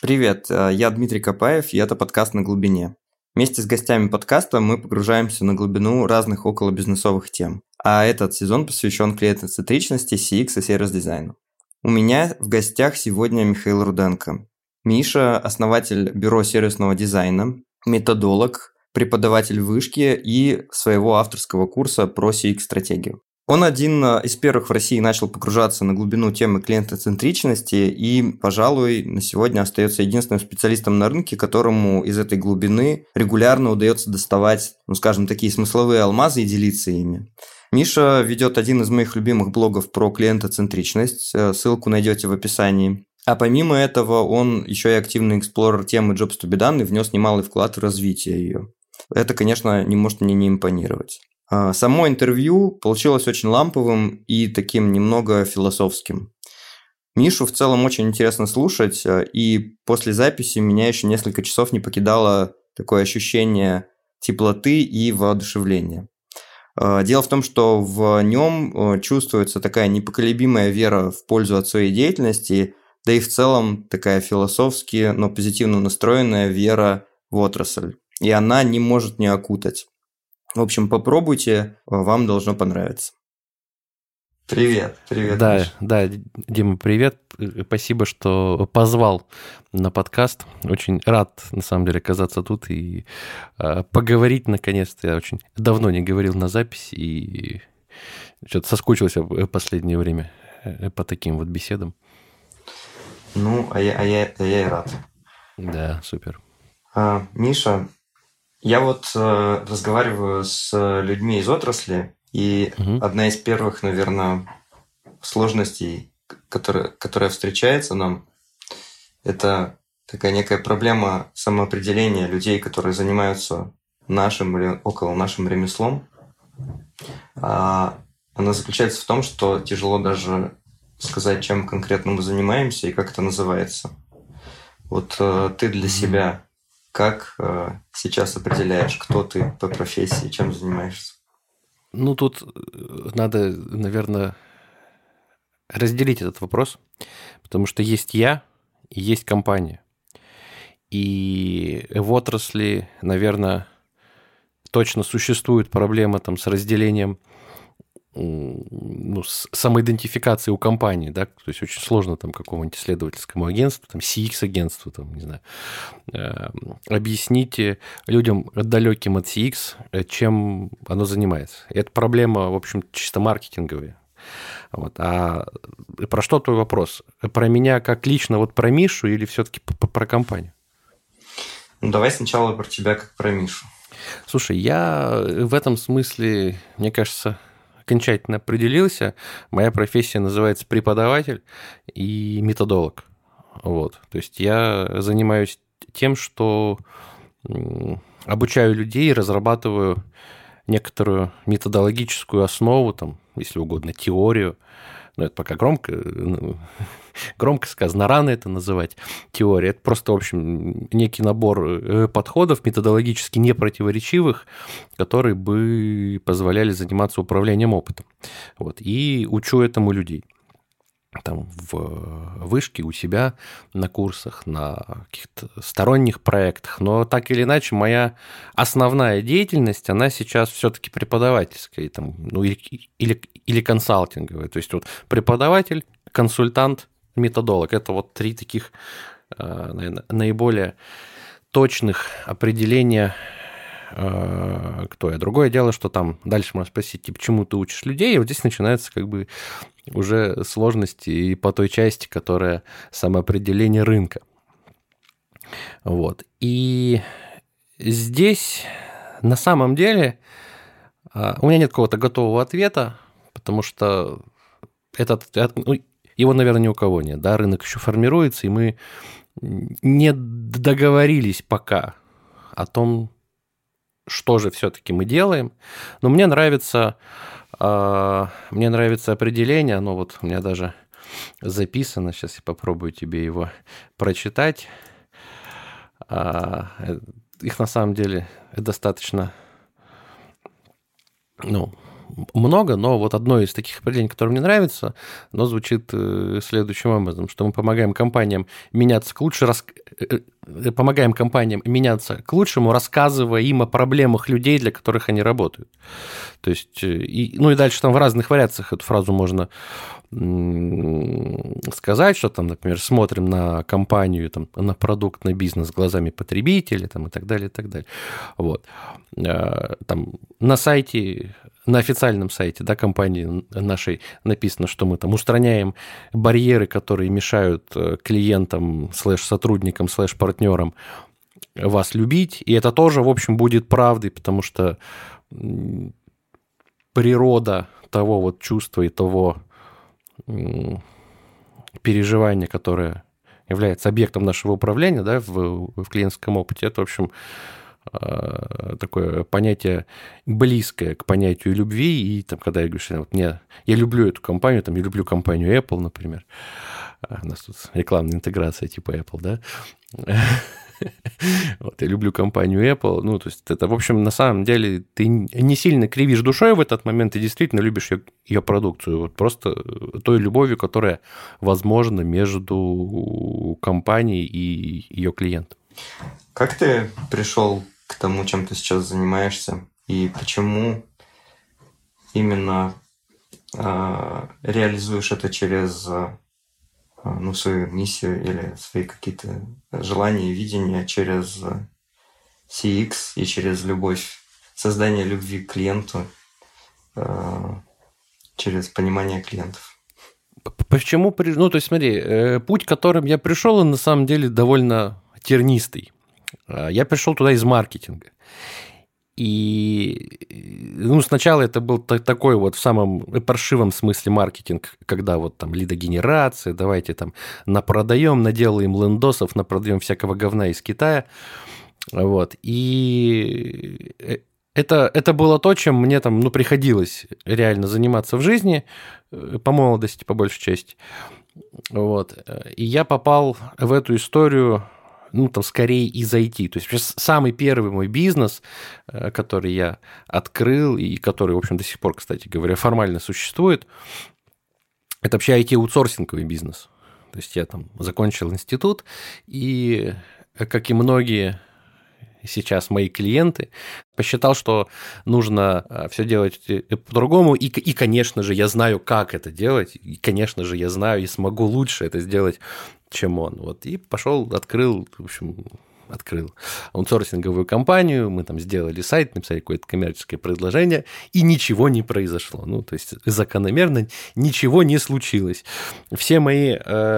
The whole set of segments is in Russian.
Привет, я Дмитрий Копаев, и это подкаст «На глубине». Вместе с гостями подкаста мы погружаемся на глубину разных околобизнесовых тем, а этот сезон посвящен клиентоцентричности, CX и сервис-дизайну. У меня в гостях сегодня Михаил Руденко. Миша – основатель бюро сервисного дизайна, методолог, преподаватель вышки и своего авторского курса про CX-стратегию. Он один из первых в России начал погружаться на глубину темы клиентоцентричности и, пожалуй, на сегодня остается единственным специалистом на рынке, которому из этой глубины регулярно удается доставать, скажем, такие смысловые алмазы и делиться ими. Миша ведет один из моих любимых блогов про клиентоцентричность, ссылку найдете в описании. А помимо этого он еще и активный эксплорер темы Jobs to be done и внес немалый вклад в развитие ее. Это, конечно, не может мне не импонировать. Само интервью получилось очень ламповым и таким немного философским. Мишу в целом очень интересно слушать, и после записи меня еще несколько часов не покидало такое ощущение теплоты и воодушевления. Дело в том, что в нем чувствуется такая непоколебимая вера в пользу от своей деятельности, да и в целом такая философски, но позитивно настроенная вера в отрасль. И она не может не окутать. В общем, попробуйте, вам должно понравиться. Привет. Да, Миша. да, Дима, привет. Спасибо, что позвал на подкаст. Очень рад, на самом деле, оказаться тут и поговорить наконец-то. Я очень давно не говорил на запись и что-то соскучился в последнее время по таким вот беседам. А я и рад. Да, супер. Миша, я вот разговариваю с людьми из отрасли, и одна из первых, наверное, сложностей, которая встречается нам, это такая некая проблема самоопределения людей, которые занимаются нашим или около нашим ремеслом. Она заключается в том, что тяжело даже сказать, чем конкретно мы занимаемся и как это называется. Вот ты для себя как сейчас определяешь, кто ты по профессии, чем занимаешься? Тут надо, наверное, разделить этот вопрос, потому что есть я и есть компания. И в отрасли, наверное, точно существует проблема там с разделением, с самоидентификацией у компании, да, то есть очень сложно там какому-нибудь исследовательскому агентству, там CX-агентству, там, не знаю, объясните людям, далеким от CX, чем оно занимается. И это проблема, в общем, чисто маркетинговая. Вот. А про что твой вопрос? Про меня как лично, вот про Мишу или все-таки про компанию? Давай сначала про тебя как про Мишу. Слушай, я в этом смысле, мне кажется, окончательно определился. Моя профессия называется преподаватель и методолог. Вот. То есть я занимаюсь тем, что обучаю людей, разрабатываю некоторую методологическую основу, там, если угодно, теорию. Но это пока громко сказано, рано это называть теорией. Это просто, в общем, некий набор подходов методологически непротиворечивых, которые бы позволяли заниматься управлением опытом. Вот. И учу этому людей. Там в вышке, у себя, на курсах, на каких-то сторонних проектах. Но так или иначе, моя основная деятельность, она сейчас все-таки преподавательская, там, или консалтинговая. То есть вот преподаватель, консультант, методолог. Это вот три таких, наверное, наиболее точных определения, кто я. Другое дело, что там дальше можно спросить, типа, чему ты учишь людей, и вот здесь начинаются как бы уже сложности и по той части, которая самоопределение рынка. Вот. И здесь на самом деле у меня нет какого-то готового ответа, потому что его, наверное, ни у кого нет. Да? Рынок еще формируется, и мы не договорились пока о том, что же все-таки мы делаем. Но мне нравится определение, оно вот у меня даже записано, сейчас я попробую тебе его прочитать. Их на самом деле достаточно много, но вот одно из таких определений, которое мне нравится, оно звучит следующим образом, что мы помогаем компаниям меняться к помогаем компаниям меняться к лучшему, рассказывая им о проблемах людей, для которых они работают. То есть, и дальше там в разных вариациях эту фразу можно сказать, что там, например, смотрим на компанию, там, на продукт, на бизнес глазами потребителя, там, и так далее, и так далее. Вот. Там, на сайте, на официальном сайте, да, компании нашей написано, что мы там устраняем барьеры, которые мешают клиентам, /сотрудникам, /партнерам вас любить, и это тоже, в общем, будет правдой, потому что природа того вот чувства и того переживания, которое является объектом нашего управления, да, в клиентском опыте, это, в общем, такое понятие близкое к понятию любви. И там, когда я говорю, что вот я люблю эту компанию, там, я люблю компанию Apple, например, у нас тут рекламная интеграция типа Apple, да, вот, я люблю компанию Apple, то есть это, в общем, на самом деле ты не сильно кривишь душой в этот момент, ты действительно любишь ее продукцию, вот просто той любовью, которая возможна между компанией и ее клиентом. Как ты пришел к тому, чем ты сейчас занимаешься, и почему именно реализуешь это через свою миссию или свои какие-то желания и видения через CX и через любовь, создание любви к клиенту, через понимание клиентов? Почему? То есть смотри, путь, которым я пришел, он на самом деле довольно тернистый. Я пришел туда из маркетинга. И сначала это был такой вот в самом паршивом смысле маркетинг, когда вот там лидогенерация, давайте там напродаем, наделаем лендосов, напродаем всякого говна из Китая. Вот. И это было то, чем мне там, приходилось реально заниматься в жизни, по молодости, по большей части. Вот. И я попал в эту историю, скорее из IT. То есть самый первый мой бизнес, который я открыл и который, в общем, до сих пор, кстати говоря, формально существует, это вообще IT-аутсорсинговый бизнес. То есть я там закончил институт, и, как и многие сейчас мои клиенты, посчитал, что нужно все делать по-другому, и, конечно же, я знаю, как это делать, и, конечно же, я знаю и смогу лучше это сделать, чем он. Вот. И пошел, открыл аутсорсинговую компанию, мы там сделали сайт, написали какое-то коммерческое предложение, и ничего не произошло. То есть закономерно ничего не случилось. Все мои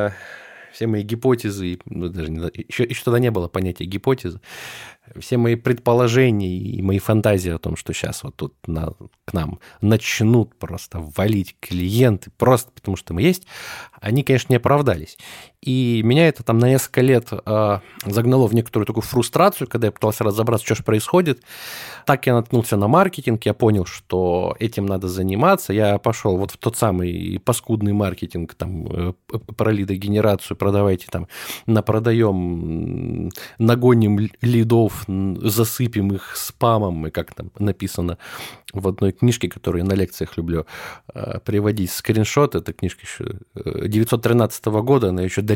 гипотезы, даже еще тогда не было понятия гипотезы, все мои предположения и мои фантазии о том, что сейчас вот тут к нам начнут просто валить клиенты, просто потому что мы есть, они, конечно, не оправдались. И меня это там на несколько лет загнало в некоторую такую фрустрацию, когда я пытался разобраться, что же происходит. Так я наткнулся на маркетинг, я понял, что этим надо заниматься. Я пошел вот в тот самый паскудный маркетинг, там, про лидогенерацию, продавайте там, напродаем, нагоним лидов, засыпем их спамом, и как там написано в одной книжке, которую я на лекциях люблю приводить скриншот, эта книжка еще 913 года, она еще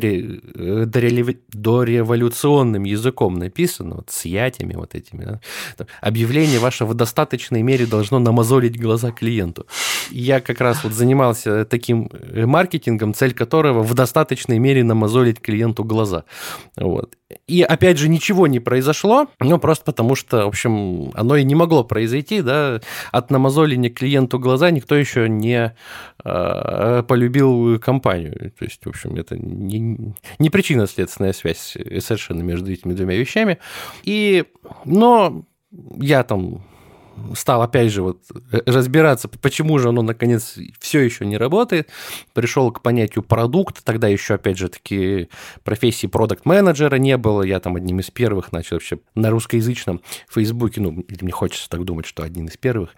дореволюционным языком написана, вот с ятями вот этими. Да? Объявление ваше в достаточной мере должно намазолить глаза клиенту. Я как раз вот занимался таким маркетингом, цель которого в достаточной мере намазолить клиенту глаза. Вот. И опять же ничего не произошло, просто потому что, в общем, оно и не могло произойти, да, от намазоления клиенту глаза никто еще не полюбил компанию. То есть, в общем, это не причинно-следственная связь совершенно между этими двумя вещами. Но я там стал, опять же, вот разбираться, почему же оно, наконец, все еще не работает. Пришел к понятию продукт. Тогда еще, опять же, таки профессии продакт-менеджера не было. Я там одним из первых начал вообще на русскоязычном Фейсбуке, мне хочется так думать, что один из первых,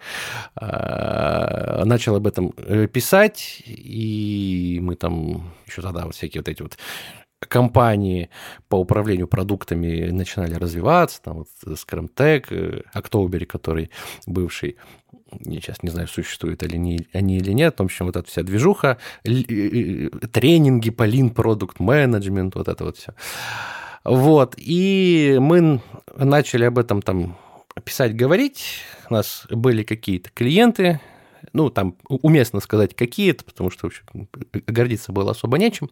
начал об этом писать. И мы там еще тогда вот всякие вот эти вот компании по управлению продуктами начинали развиваться, там вот Scrum-Tech, October, который бывший, я сейчас не знаю, существуют они или нет, в общем, вот эта вся движуха, тренинги по Lean Product Management, вот это вот все. Вот, и мы начали об этом там писать, говорить. У нас были какие-то клиенты, ну, там уместно сказать какие-то, потому что, в общем, гордиться было особо нечем.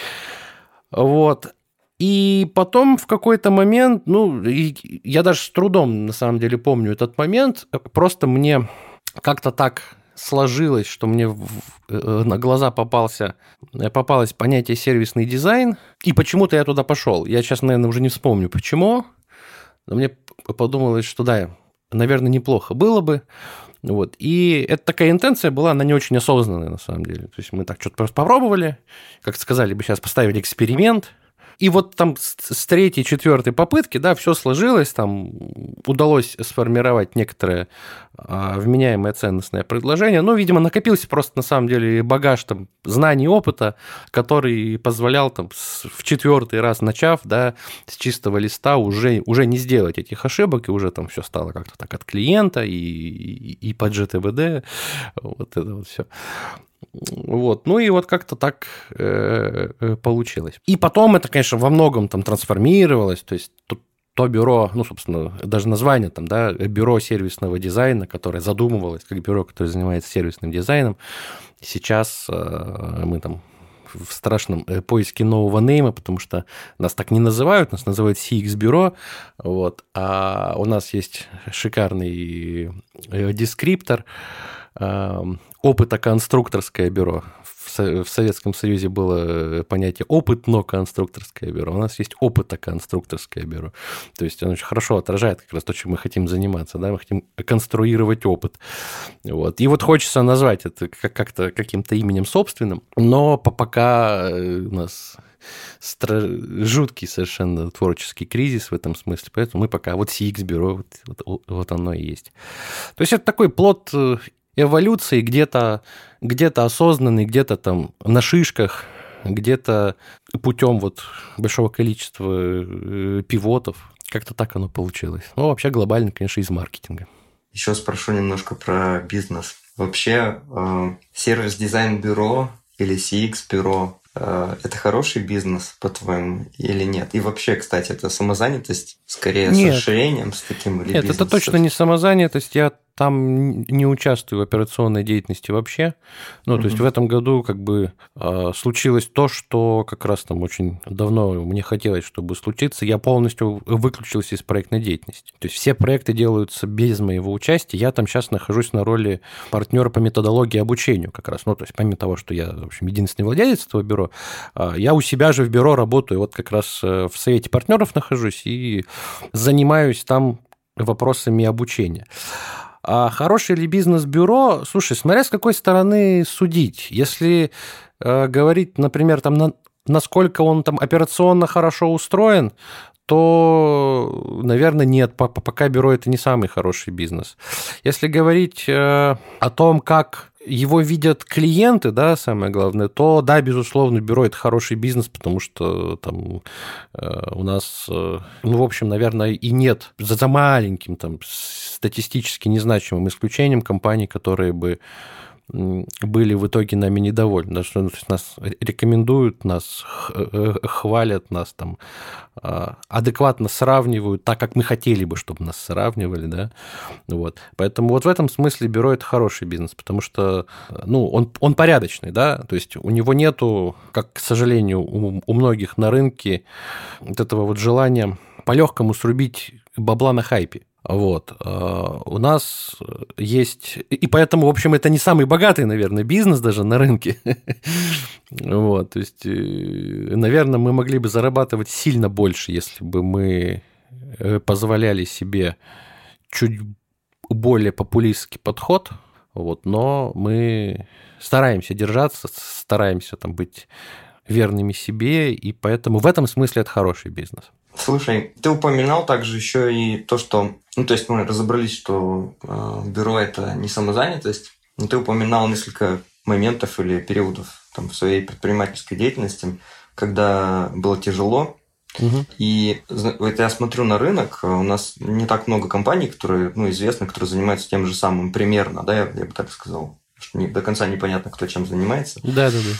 Вот. И потом в какой-то момент, ну, я даже с трудом, на самом деле, помню этот момент, просто мне как-то так сложилось, что мне на глаза попалось понятие сервисный дизайн, и почему-то я туда пошел. Я сейчас, наверное, уже не вспомню, почему, но мне подумалось, что да, наверное, неплохо было бы. Вот. И это такая интенция была, она не очень осознанная, на самом деле. То есть мы так что-то просто попробовали, как сказали бы сейчас, поставили эксперимент. И вот там с третьей, четвертой попытки, да, все сложилось, там удалось сформировать некоторое вменяемое ценностное предложение. Ну, видимо, накопился просто, на самом деле, багаж там знаний, опыта, который позволял там в четвертый раз начав, да, с чистого листа уже не сделать этих ошибок, и уже там все стало как-то так от клиента и по GTVD, вот это вот все. Вот. Ну и вот как-то так получилось. И потом это, конечно, во многом там трансформировалось, то есть то бюро, ну, собственно, даже название там, да, бюро сервисного дизайна, которое задумывалось как бюро, которое занимается сервисным дизайном. Сейчас мы там в страшном поиске нового нейма, потому что нас так не называют, нас называют CX-бюро, вот, а у нас есть шикарный дескриптор, опытно-конструкторское бюро. В Советском Союзе было понятие опытно-конструкторское бюро. У нас есть опытно-конструкторское бюро. То есть оно очень хорошо отражает как раз то, чем мы хотим заниматься. Да? Мы хотим конструировать опыт. Вот. И вот хочется назвать это как-то каким-то именем собственным, но пока у нас жуткий совершенно творческий кризис в этом смысле, поэтому мы пока вот CX-бюро, вот оно и есть. То есть это такой плод эволюции, где-то осознанный, где-то там на шишках, где-то путем вот большого количества пивотов. Как-то так оно получилось. Ну, вообще глобально, конечно, из маркетинга. Еще спрошу немножко про бизнес. Вообще, сервис-дизайн-бюро или CX-бюро это хороший бизнес, по-твоему, или нет? И вообще, кстати, это самозанятость скорее с расширением, с таким или нет, бизнес? Это точно не самозанятость. Я там не участвую в операционной деятельности вообще. Ну, то есть в этом году как бы случилось то, что как раз там очень давно мне хотелось, чтобы случиться. Я полностью выключился из проектной деятельности. То есть все проекты делаются без моего участия. Я там сейчас нахожусь на роли партнера по методологии обучению как раз. Ну, то есть помимо того, что я, в общем, единственный владелец этого бюро, я у себя же в бюро работаю. Вот как раз в совете партнеров нахожусь и занимаюсь там вопросами обучения. А хорошее ли бизнес-бюро? Слушай, смотря с какой стороны судить. Если говорить, например, там, насколько он там операционно хорошо устроен, то, наверное, нет. Пока бюро – это не самый хороший бизнес. Если говорить о том, как его видят клиенты, да, самое главное, то, да, безусловно, бюро – это хороший бизнес, потому что там у нас, ну, в общем, наверное, и нет, за маленьким, там, статистически незначимым исключением компаний, которые бы были в итоге нами недовольны. Да, что, то есть нас рекомендуют, нас хвалят, нас там адекватно сравнивают так, как мы хотели бы, чтобы нас сравнивали. Да? Вот. Поэтому вот в этом смысле бюро – это хороший бизнес, потому что ну, он порядочный. Да? То есть у него нету, как, к сожалению, у многих на рынке вот этого вот желания по-легкому срубить бабла на хайпе. Вот. У нас есть... И поэтому, в общем, это не самый богатый, наверное, бизнес даже на рынке. Вот. То есть, наверное, мы могли бы зарабатывать сильно больше, если бы мы позволяли себе чуть более популистский подход. Вот. Но мы стараемся держаться, стараемся там быть верными себе, и поэтому в этом смысле это хороший бизнес. Слушай, ты упоминал также еще и то, что... Ну, то есть мы разобрались, что бюро – это не самозанятость, но ты упоминал несколько моментов или периодов там, в своей предпринимательской деятельности, когда было тяжело. Угу. И вот я смотрю на рынок, у нас не так много компаний, которые, ну, известны, которые занимаются тем же самым примерно, да, я бы так сказал. Что до конца непонятно, кто чем занимается. Да.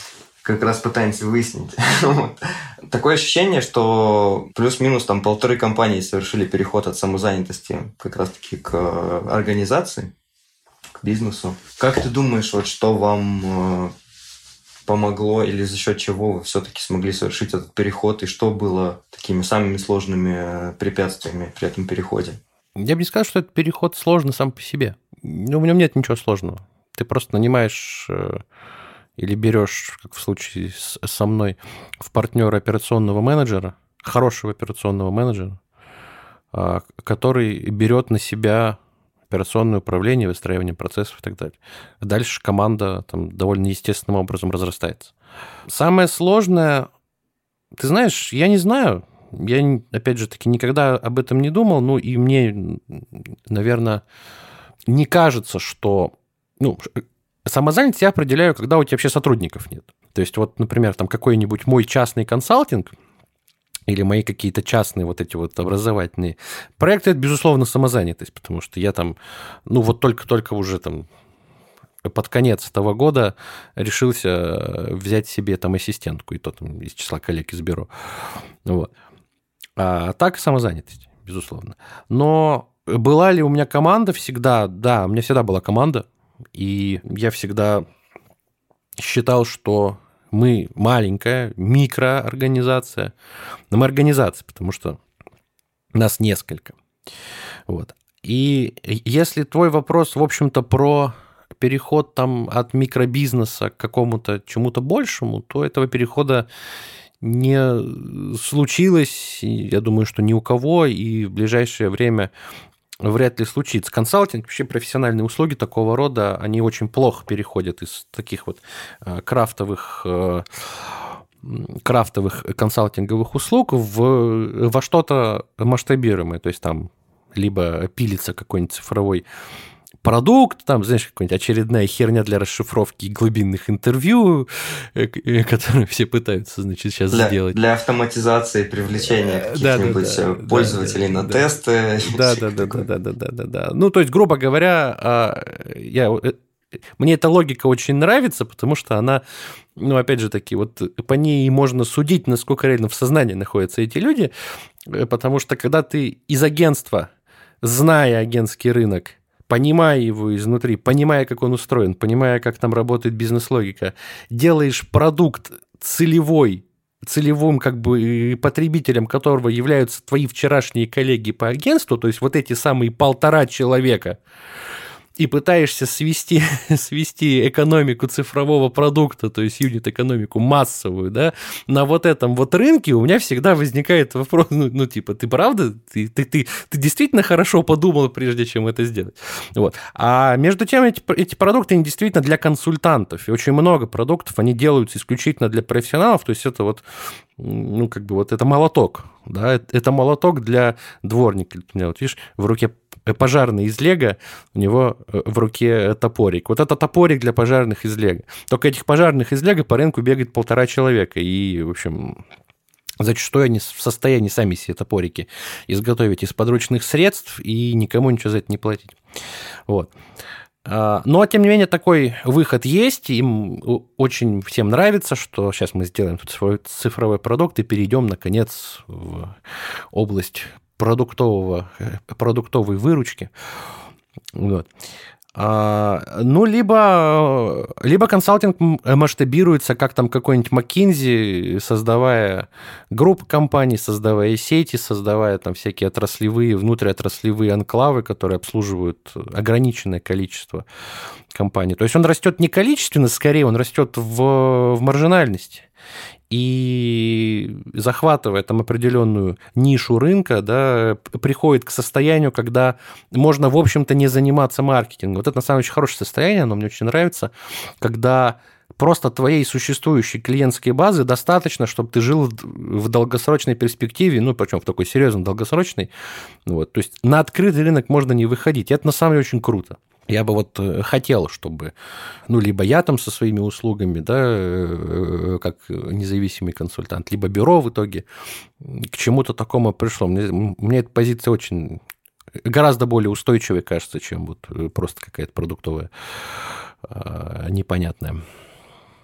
как раз пытаемся выяснить. Такое ощущение, что плюс-минус там 1,5 компании совершили переход от самозанятости как раз-таки к организации, к бизнесу. Как ты думаешь, вот что вам помогло или за счет чего вы все-таки смогли совершить этот переход, и что было такими самыми сложными препятствиями при этом переходе? Я бы не сказал, что этот переход сложный сам по себе. Ну, в нем нет ничего сложного. Ты просто нанимаешь или берешь, как в случае со мной, в партнера операционного менеджера, хорошего операционного менеджера, который берет на себя операционное управление, выстраивание процессов и так далее. Дальше команда там довольно естественным образом разрастается. Самое сложное, ты знаешь, я не знаю. Я, опять же таки, никогда об этом не думал, ну и мне, наверное, не кажется, что... Ну, самозанятость я определяю, когда у тебя вообще сотрудников нет. То есть вот, например, там какой-нибудь мой частный консалтинг или мои какие-то частные вот эти вот образовательные проекты, это, безусловно, самозанятость, потому что я там, ну вот только уже там под конец этого года решился взять себе там ассистентку, и то там из числа коллег из бюро. Вот. А так самозанятость, безусловно. Но была ли у меня команда всегда? Да, у меня всегда была команда, и я всегда считал, что мы маленькая микроорганизация, но мы организация, потому что нас несколько. Вот. И если твой вопрос, в общем-то, про переход там от микробизнеса к какому-то чему-то большему, то этого перехода не случилось, я думаю, что ни у кого, и в ближайшее время вряд ли случится. Консалтинг, вообще профессиональные услуги такого рода, они очень плохо переходят из таких вот крафтовых консалтинговых услуг во что-то масштабируемое. То есть там либо пилится какой-нибудь цифровой продукт, там, знаешь, какая-нибудь очередная херня для расшифровки глубинных интервью, которые все пытаются, значит, сейчас сделать. Для автоматизации привлечения каких-нибудь пользователей на тесты. Да. Ну, то есть, грубо говоря, мне эта логика очень нравится, потому что она, ну, опять же таки, вот по ней можно судить, насколько реально в сознании находятся эти люди, потому что когда ты из агентства, зная агентский рынок, понимая его изнутри, понимая, как он устроен, понимая, как там работает бизнес-логика, делаешь продукт целевым как бы потребителем которого являются твои вчерашние коллеги по агентству, то есть вот эти самые 1,5 человека, и пытаешься свести экономику цифрового продукта, то есть юнит-экономику массовую, да, на вот этом вот рынке, у меня всегда возникает вопрос, ну типа, ты правда? Ты действительно хорошо подумал, прежде чем это сделать? Вот. А между тем, эти продукты, они действительно для консультантов, и очень много продуктов, они делаются исключительно для профессионалов, то есть это вот, ну, как бы вот это молоток, да, это молоток для дворника. У меня вот, видишь, в руке пожарный из Лего, у него в руке топорик. Вот это топорик для пожарных из Лего. Только этих пожарных из Лего по рынку бегает 1,5 человека. И, в общем, зачастую они в состоянии сами себе топорики изготовить из подручных средств и никому ничего за это не платить. Вот. Но, тем не менее, такой выход есть. Им очень всем нравится, что сейчас мы сделаем тут свой цифровой продукт и перейдем, наконец, в область продуктовой выручки. Вот. Ну, либо консалтинг масштабируется, как там какой-нибудь McKinsey, создавая группы компаний, создавая сети, создавая там всякие отраслевые, внутриотраслевые анклавы, которые обслуживают ограниченное количество компаний. То есть он растет не количественно, скорее он растет в маржинальности. И захватывая там определенную нишу рынка, да, приходит к состоянию, когда можно, в общем-то, не заниматься маркетингом. Вот это, на самом деле, очень хорошее состояние, оно мне очень нравится, когда просто твоей существующей клиентской базы достаточно, чтобы ты жил в долгосрочной перспективе, ну, причем в такой серьезной долгосрочной. Вот. То есть на открытый рынок можно не выходить. И это, на самом деле, очень круто. Я бы вот хотел, чтобы, ну, либо я там со своими услугами, да, как независимый консультант, либо бюро в итоге к чему-то такому пришло. Мне эта позиция очень гораздо более устойчивой кажется, чем вот просто какая-то продуктовая непонятная.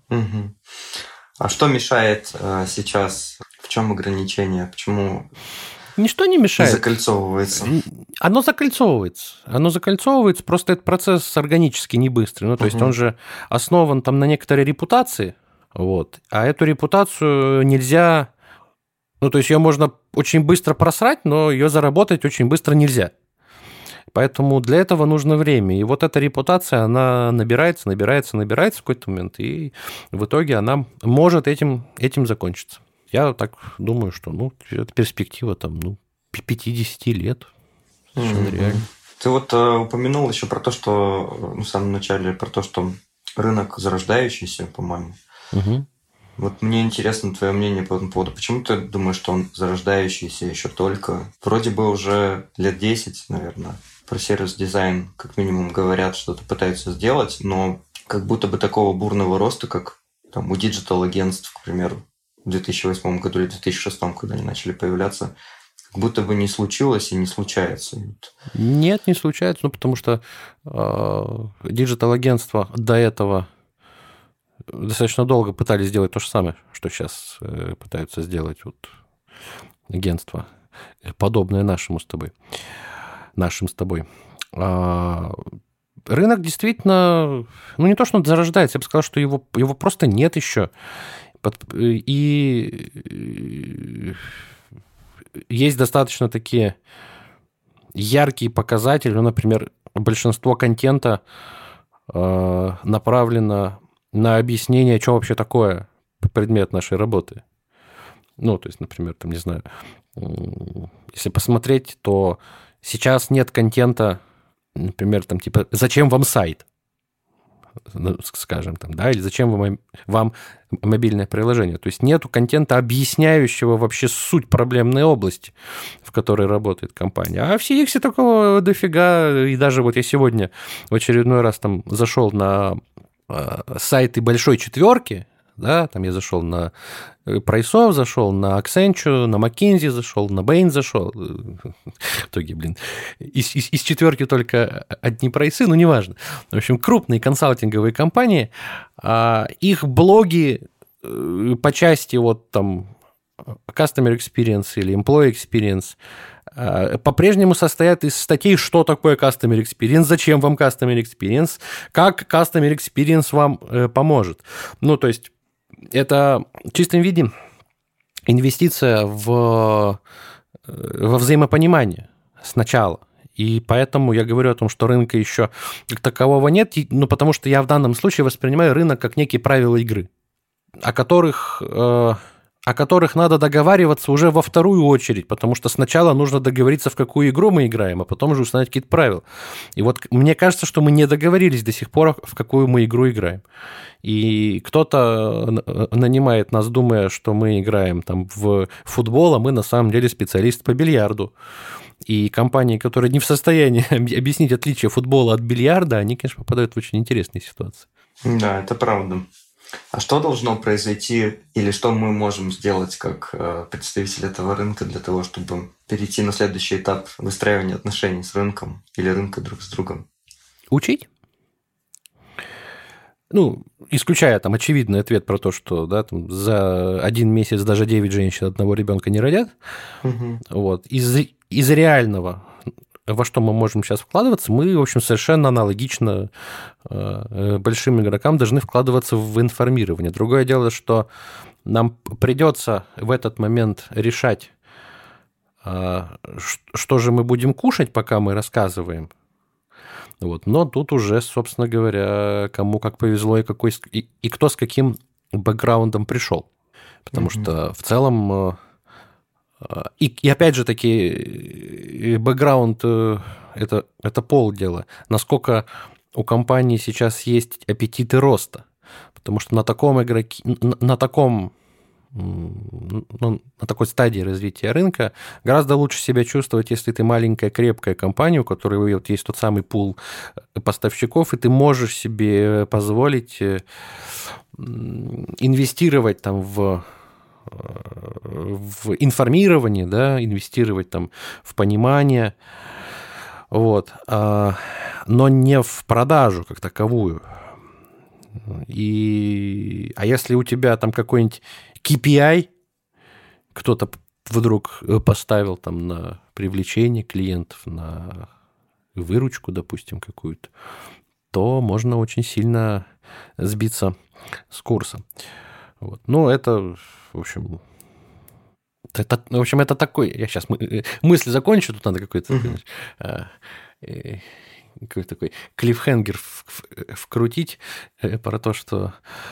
Мгм. А что мешает сейчас? В чем ограничение? Почему Ничто не не мешает. закольцовывается? Оно закольцовывается. Оно закольцовывается, просто этот процесс органически не быстрый. Ну, то есть он же основан там на некоторой репутации, вот. А эту репутацию нельзя... Ну, то есть ее можно очень быстро просрать, но ее заработать очень быстро нельзя. Поэтому для этого нужно время. И вот эта репутация, она набирается в какой-то момент, и в итоге она может этим закончиться. Я так думаю, что, ну, это перспектива там, ну, 50 лет. Совершенно реально. Ты вот упомянул еще про то, что в самом начале, про то, что рынок зарождающийся, по-моему. Угу. Вот мне интересно твое мнение по этому поводу. Почему ты думаешь, что он зарождающийся еще только? Вроде бы уже лет 10, наверное, про сервис-дизайн как минимум говорят, что-то пытаются сделать, но как будто бы такого бурного роста, как там у диджитал-агентств, к примеру, в 2008 году или 2006, когда они начали появляться, как будто бы не случилось и не случается. Нет, не случается, ну, потому что диджитал-агентства до этого достаточно долго пытались сделать то же самое, что сейчас пытаются сделать вот агентства, подобное нашим с тобой. Рынок действительно, ну, не то, что он зарождается, я бы сказал, что его просто нет еще. И есть достаточно такие яркие показатели, ну, например, большинство контента направлено на объяснение, что вообще такое предмет нашей работы. Ну, то есть, например, там, не знаю, если посмотреть, то сейчас нет контента, например, там, типа, зачем вам сайт? Скажем, там, да, или зачем вам мобильное приложение. То есть нету контента, объясняющего вообще суть проблемной области, в которой работает компания. А в CX такого дофига. И даже вот я сегодня в очередной раз там зашел на сайты большой четверки, да, там я зашел на Прайсов, зашел на Accenture, на McKinsey зашел, на Bain зашел. В итоге, из четверки только одни прайсы, ну, неважно. В общем, крупные консалтинговые компании, их блоги по части вот там Customer Experience или Employee Experience по-прежнему состоят из статей, что такое Customer Experience, зачем вам Customer Experience, как Customer Experience вам поможет. Ну, то есть это в чистом виде инвестиция во взаимопонимание сначала. И поэтому я говорю о том, что рынка еще как такового нет, ну, потому что я в данном случае воспринимаю рынок как некие правила игры, о которых надо договариваться уже во вторую очередь, потому что сначала нужно договориться, в какую игру мы играем, а потом уже установить какие-то правила. И вот мне кажется, что мы не договорились до сих пор, в какую мы игру играем. И кто-то нанимает нас, думая, что мы играем там в футбол, а мы на самом деле специалисты по бильярду. И компании, которые не в состоянии объяснить отличие футбола от бильярда, они, конечно, попадают в очень интересные ситуации. Да, это правда. А что должно произойти или что мы можем сделать как представитель этого рынка для того, чтобы перейти на следующий этап выстраивания отношений с рынком или рынка друг с другом? Учить. Ну, исключая там очевидный ответ про то, что да, там, за 1 месяц даже 9 женщин одного ребенка не родят. Угу. Вот. Из реального, во что мы можем сейчас вкладываться, мы, в общем, совершенно аналогично большим игрокам должны вкладываться в информирование. Другое дело, что нам придется в этот момент решать, что же мы будем кушать, пока мы рассказываем. Вот. Но тут уже, собственно говоря, кому как повезло и кто с каким бэкграундом пришел. Потому что в целом... И опять же таки, бэкграунд это полдела. Насколько у компании сейчас есть аппетиты роста. Потому что на такой стадии развития рынка гораздо лучше себя чувствовать, если ты маленькая, крепкая компания, у которой вот есть тот самый пул поставщиков, и ты можешь себе позволить инвестировать там в информирование, да, инвестировать там в понимание, вот, но не в продажу как таковую. А если у тебя там какой-нибудь KPI кто-то вдруг поставил там на привлечение клиентов, на выручку, допустим, какую-то, то можно очень сильно сбиться с курса. Вот. Ну, это, в общем... это такой... Я сейчас мысль закончу, тут надо какой-то такой клиффхенгер вкрутить про то, что...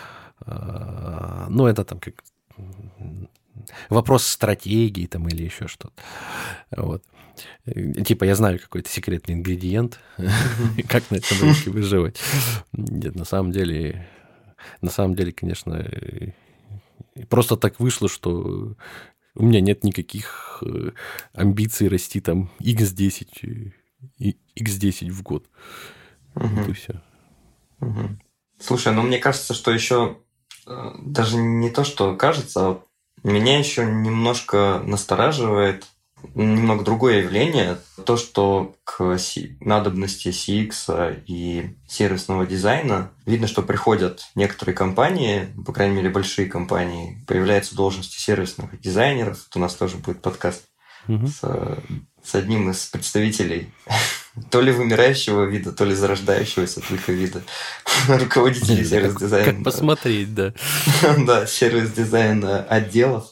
Ну, это там как вопрос стратегии там или еще что-то. Вот. Типа, я знаю какой-то секретный ингредиент, как на этом рынке выживать. Нет, на самом деле, конечно, просто так вышло, что у меня нет никаких амбиций расти там x10 в год. Вот и все. Слушай, ну мне кажется, что еще даже не то, что кажется, а меня еще немножко настораживает немного другое явление. То, что к надобности CX и сервисного дизайна видно, что приходят некоторые компании, по крайней мере, большие компании, появляются должности сервисных дизайнеров. Вот у нас тоже будет подкаст с одним из представителей то ли вымирающего вида, то ли зарождающегося только вида руководителей сервис-дизайна. Как посмотреть, да. Да, сервис-дизайн отделов.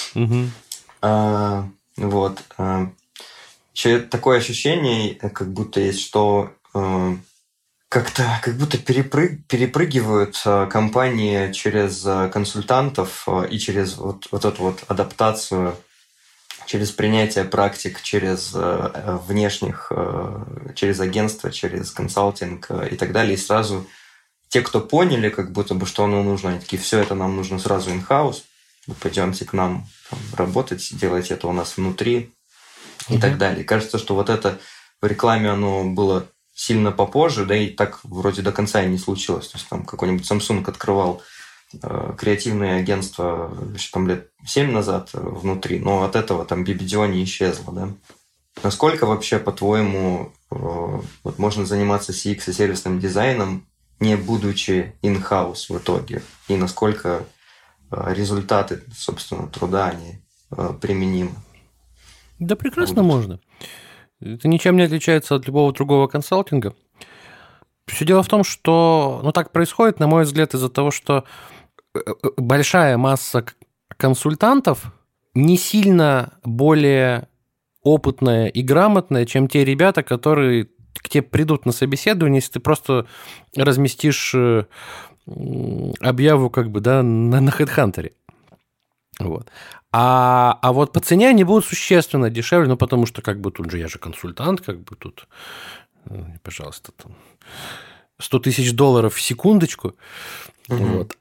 Вот. Еще такое ощущение, как будто есть, что как будто перепрыгивают компании через консультантов и через вот эту вот адаптацию, через принятие практик, через внешних, через агентства, через консалтинг и так далее. И сразу те, кто поняли, как будто бы, что оно нужно, они такие, все это нам нужно сразу in-house, пойдемте к нам там работать, делайте это у нас внутри и так далее. Кажется, что вот это в рекламе оно было сильно попозже, да и так вроде до конца и не случилось. То есть там какой-нибудь Samsung открывал креативное агентство еще там лет 7 назад внутри, но от этого там BBDO не исчезло, да? Насколько вообще, по-твоему, вот можно заниматься CX и сервисным дизайном, не будучи in-house в итоге? И насколько результаты, собственно, труда, они применимы? Да прекрасно можно. Это ничем не отличается от любого другого консалтинга. Все дело в том, что так происходит, на мой взгляд, из-за того, что большая масса консультантов не сильно более опытная и грамотная, чем те ребята, которые к тебе придут на собеседование, если ты просто разместишь объяву на HeadHunter. Вот. А вот по цене они будут существенно дешевле, потому что тут же я же консультант, тут, пожалуйста, там $100 тысяч в секундочку. Вот.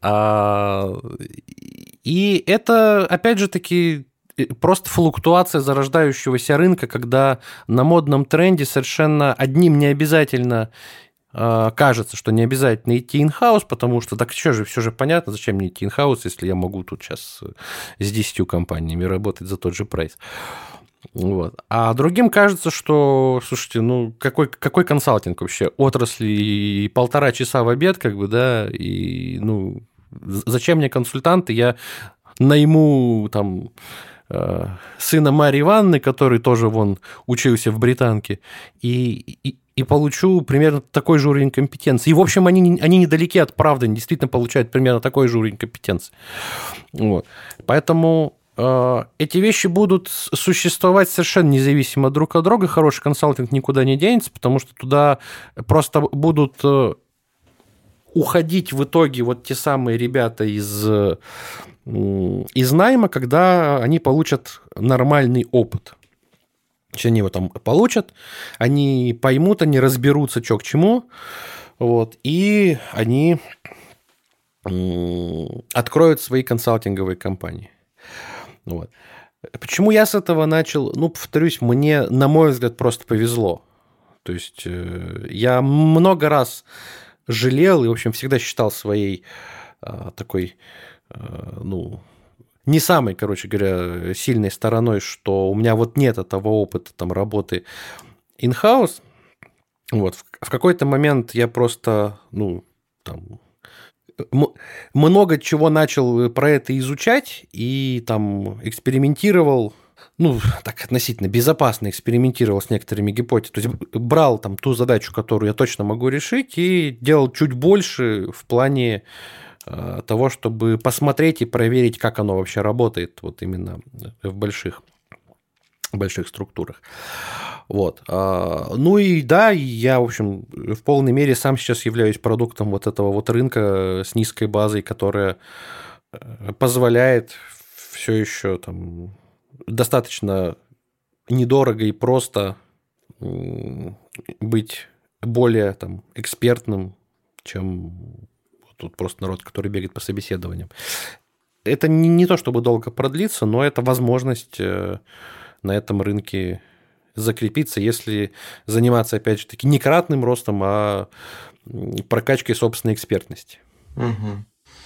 И это, опять же таки, просто флуктуация зарождающегося рынка, когда на модном тренде совершенно одним не обязательно кажется, что не обязательно идти in-house, потому что так все же понятно, зачем мне идти in-house, если я могу тут сейчас с 10 компаниями работать за тот же прайс. Вот. А другим кажется, что, слушайте, какой консалтинг вообще? Отрасли и 1,5 часа в обед, и, зачем мне консультанты? Я найму там сына Марьи Ивановны, который тоже учился в британке, и получу примерно такой же уровень компетенции. И, в общем, они недалеки от правды, они действительно получают примерно такой же уровень компетенции. Вот. Поэтому эти вещи будут существовать совершенно независимо друг от друга. Хороший консалтинг никуда не денется, потому что туда просто будут уходить в итоге вот те самые ребята из найма, когда они получат нормальный опыт. Они его там получат, они поймут, они разберутся, что к чему, вот, и они откроют свои консалтинговые компании. Вот. Почему я с этого начал? Повторюсь, мне, на мой взгляд, просто повезло. То есть я много раз жалел и, в общем, всегда считал своей такой, не самой, короче говоря, сильной стороной, что у меня нет этого опыта там работы in-house. Вот. В какой-то момент я просто, много чего начал про это изучать и там экспериментировал, ну, так относительно безопасно экспериментировал с некоторыми гипотезами. То есть брал там ту задачу, которую я точно могу решить, и делал чуть больше в плане того, чтобы посмотреть и проверить, как оно вообще работает вот именно в больших структурах. Вот. Ну и да, я, в общем, в полной мере сам сейчас являюсь продуктом вот этого вот рынка с низкой базой, которая позволяет все еще там достаточно недорого и просто быть более там экспертным, чем тут просто народ, который бегает по собеседованиям. Это не то, чтобы долго продлится, но это возможность на этом рынке закрепиться, если заниматься, опять же таки, не кратным ростом, а прокачкой собственной экспертности. Угу.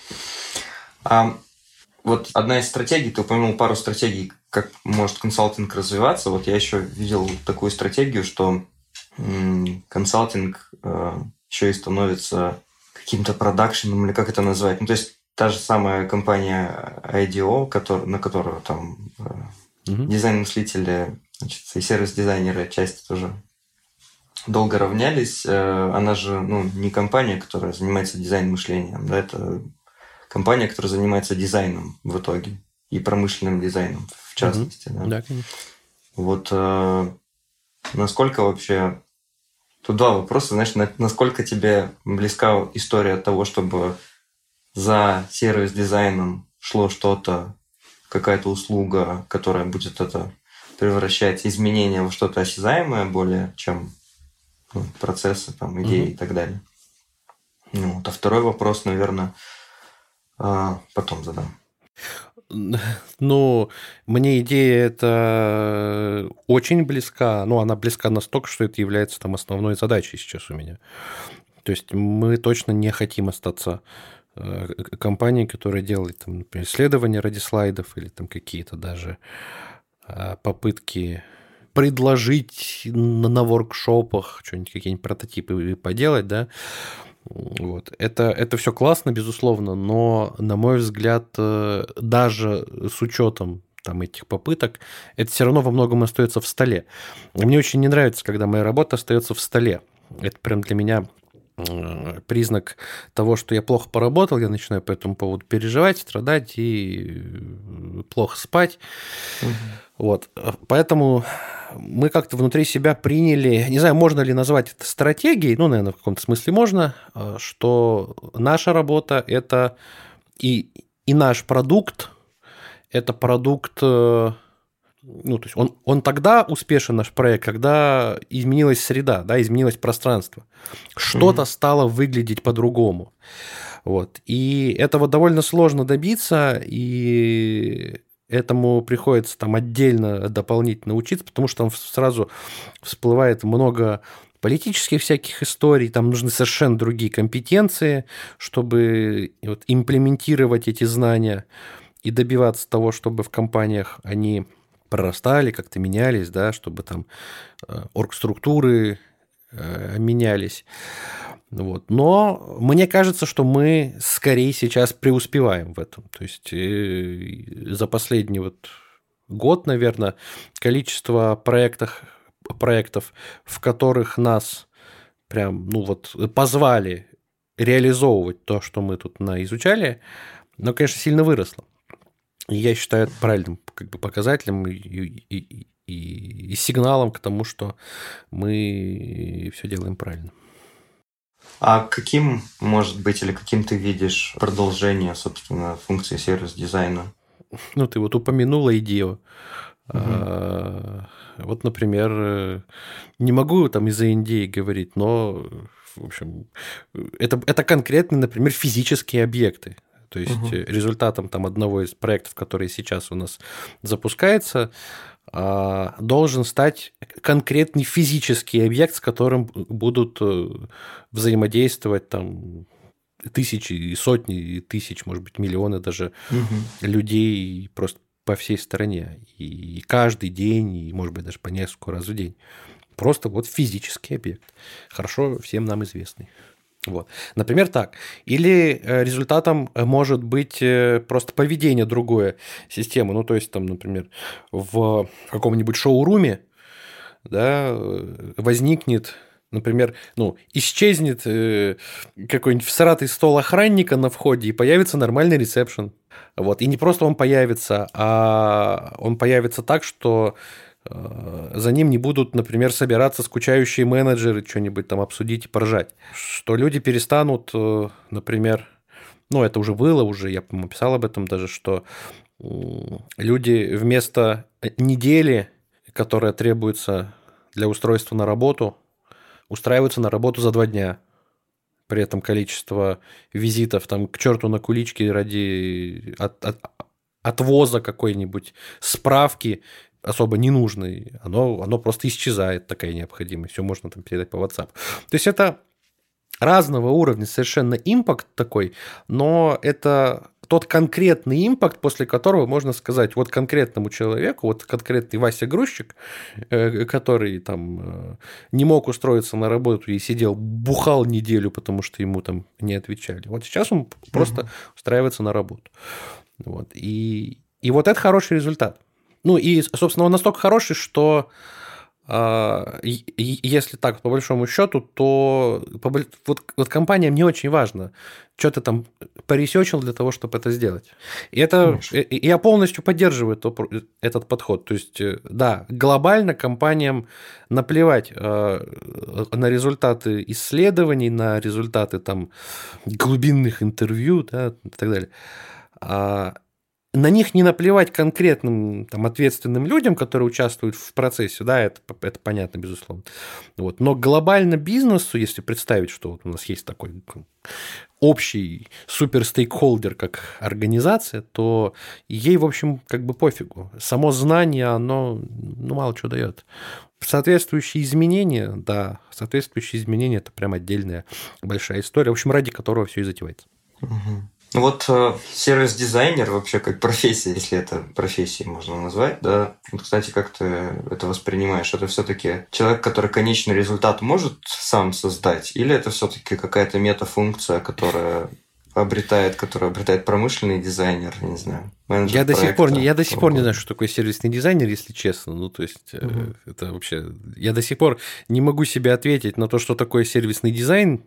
Вот одна из стратегий, ты упомянул пару стратегий, как может консалтинг развиваться. Вот я еще видел такую стратегию, что консалтинг еще и становится каким-то продакшеном, или как это назвать. Ну, то есть та же самая компания IDEO, на которую там дизайн-мыслители, значит, и сервис-дизайнеры отчасти тоже долго равнялись. Она же не компания, которая занимается дизайн-мышлением, да, это компания, которая занимается дизайном в итоге и промышленным дизайном в частности. Да. Да, конечно. Вот насколько вообще... Тут два вопроса. Знаешь, насколько тебе близка история того, чтобы за сервис-дизайном шло что-то, какая-то услуга, которая будет это превращать изменения во что-то осязаемое более, чем процессы, там, идеи и так далее. Вот. А второй вопрос, наверное, потом задам. Ну, мне идея эта очень близка. Ну, она близка настолько, что это является там основной задачей сейчас у меня. То есть мы точно не хотим остаться компанией, которая делает, там, например, исследования ради слайдов или там какие-то даже попытки предложить на воркшопах что-нибудь, какие-нибудь прототипы поделать, да. Вот. Это все классно, безусловно, но, на мой взгляд, даже с учетом там, этих попыток, это все равно во многом остается в столе. Мне очень не нравится, когда моя работа остается в столе. Это прям для меня признак того, что я плохо поработал, я начинаю по этому поводу переживать, страдать и плохо спать. Вот. Поэтому мы как-то внутри себя приняли, не знаю, можно ли назвать это стратегией, ну, наверное, в каком-то смысле можно, что наша работа – это и наш продукт, это продукт, ну, то есть он тогда успешен, наш проект, когда изменилась среда, да, изменилось пространство, что-то стало выглядеть по-другому. Вот. И этого довольно сложно добиться, и этому приходится там отдельно дополнительно учиться, потому что там сразу всплывает много политических всяких историй, там нужны совершенно другие компетенции, чтобы вот имплементировать эти знания и добиваться того, чтобы в компаниях они прорастали, как-то менялись, да, чтобы там оргструктуры менялись. Вот. Но мне кажется, что мы скорее сейчас преуспеваем в этом. То есть за последний вот год, наверное, количество проектов, в которых нас прям, ну вот, позвали реализовывать то, что мы тут изучали, но, конечно, сильно выросло. И я считаю это правильным как бы показателем и сигналом к тому, что мы все делаем правильно. А каким, может быть, или каким ты видишь продолжение, собственно, функции сервис-дизайна? Ну, ты вот упомянула идею. Вот, например, не могу там из-за NDA говорить, но, в общем, это конкретные, например, физические объекты. То есть результатом там одного из проектов, который сейчас у нас запускается, должен стать конкретный физический объект, с которым будут взаимодействовать там тысячи, сотни тысяч, может быть, миллионы даже людей просто по всей стране. И каждый день, и, может быть, даже по несколько раз в день. Просто вот физический объект. Хорошо всем нам известный. Вот. Например, так. Или результатом может быть просто поведение другое системы. Ну, то есть, там, например, в каком-нибудь шоуруме, да, возникнет, например, ну, исчезнет какой-нибудь всратый стол охранника на входе, и появится нормальный ресепшн. Вот. И не просто он появится, а он появится так, что за ним не будут, например, собираться скучающие менеджеры, что-нибудь там обсудить и поржать. Что люди перестанут, например, ну, это уже было, я, по-моему, писал об этом даже, что люди вместо недели, которая требуется для устройства на работу, устраиваются на работу за 2 дня. При этом количество визитов там к черту на куличке ради отвоза какой-нибудь справки особо ненужной, оно просто исчезает, такая необходимость. Все можно там передать по WhatsApp. То есть это разного уровня совершенно импакт такой, но это тот конкретный импакт, после которого можно сказать, вот конкретному человеку, вот конкретный Вася Грузчик, который там не мог устроиться на работу и сидел, бухал неделю, потому что ему там не отвечали. Вот сейчас он просто устраивается на работу. Вот. И вот это хороший результат. Ну и, собственно, он настолько хороший, что если так, по большому счету, то вот компаниям не очень важно, что ты там поресечил для того, чтобы это сделать. И это я полностью поддерживаю этот подход. То есть, да, глобально компаниям наплевать на результаты исследований, на результаты там глубинных интервью, да, и так далее. На них не наплевать конкретным там, ответственным людям, которые участвуют в процессе, да, это понятно, безусловно. Вот. Но глобально бизнесу, если представить, что вот у нас есть такой общий суперстейкхолдер, как организация, то ей, в общем, как бы пофигу. Само знание, оно мало чего дает. Соответствующие изменения, да, соответствующие изменения – это прям отдельная большая история, в общем, ради которого все и затевается. Вот сервис-дизайнер вообще как профессия, если это профессией можно назвать, да, вот, кстати, как ты это воспринимаешь? Это все-таки человек, который конечный результат может сам создать, или это все-таки какая-то метафункция, которая обретает промышленный дизайнер, не знаю, менеджер я проекта? Я до сих пор не знаю, что такое сервисный дизайнер, если честно. Ну, то есть, это вообще... Я до сих пор не могу себе ответить на то, что такое сервисный дизайн.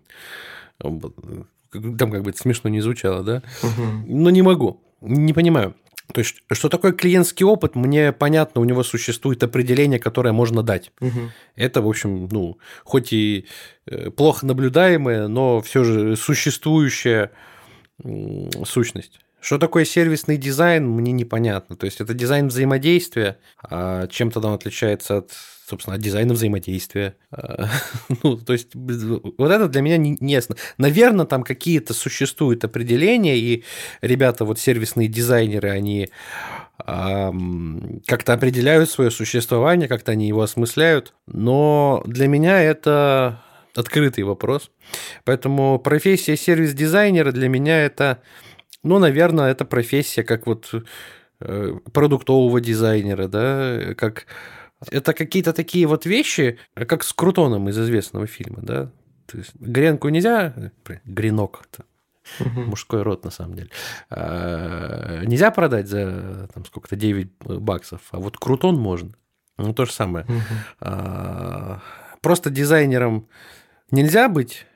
Там как бы это смешно не звучало, да? Но не могу, не понимаю. То есть, что такое клиентский опыт, мне понятно, у него существует определение, которое можно дать. Это, в общем, ну, хоть и плохо наблюдаемая, но все же существующая сущность. Что такое сервисный дизайн, мне непонятно. То есть, это дизайн взаимодействия, а чем-то он отличается от, собственно, от дизайна взаимодействия. Ну, то есть, вот это для меня не ясно. Наверное, там какие-то существуют определения, и ребята, вот сервисные дизайнеры, они как-то определяют свое существование, как-то они его осмысляют. Но для меня это открытый вопрос. Поэтому профессия сервис-дизайнера для меня это... Ну, наверное, это профессия как вот продуктового дизайнера, да, как... Это какие-то такие вот вещи, как с Крутоном из известного фильма, да. То есть гренку нельзя... Гренок – это мужской род, на самом деле. Нельзя продать за там, сколько-то $9, а вот Крутон можно. Ну, то же самое. Просто дизайнером нельзя быть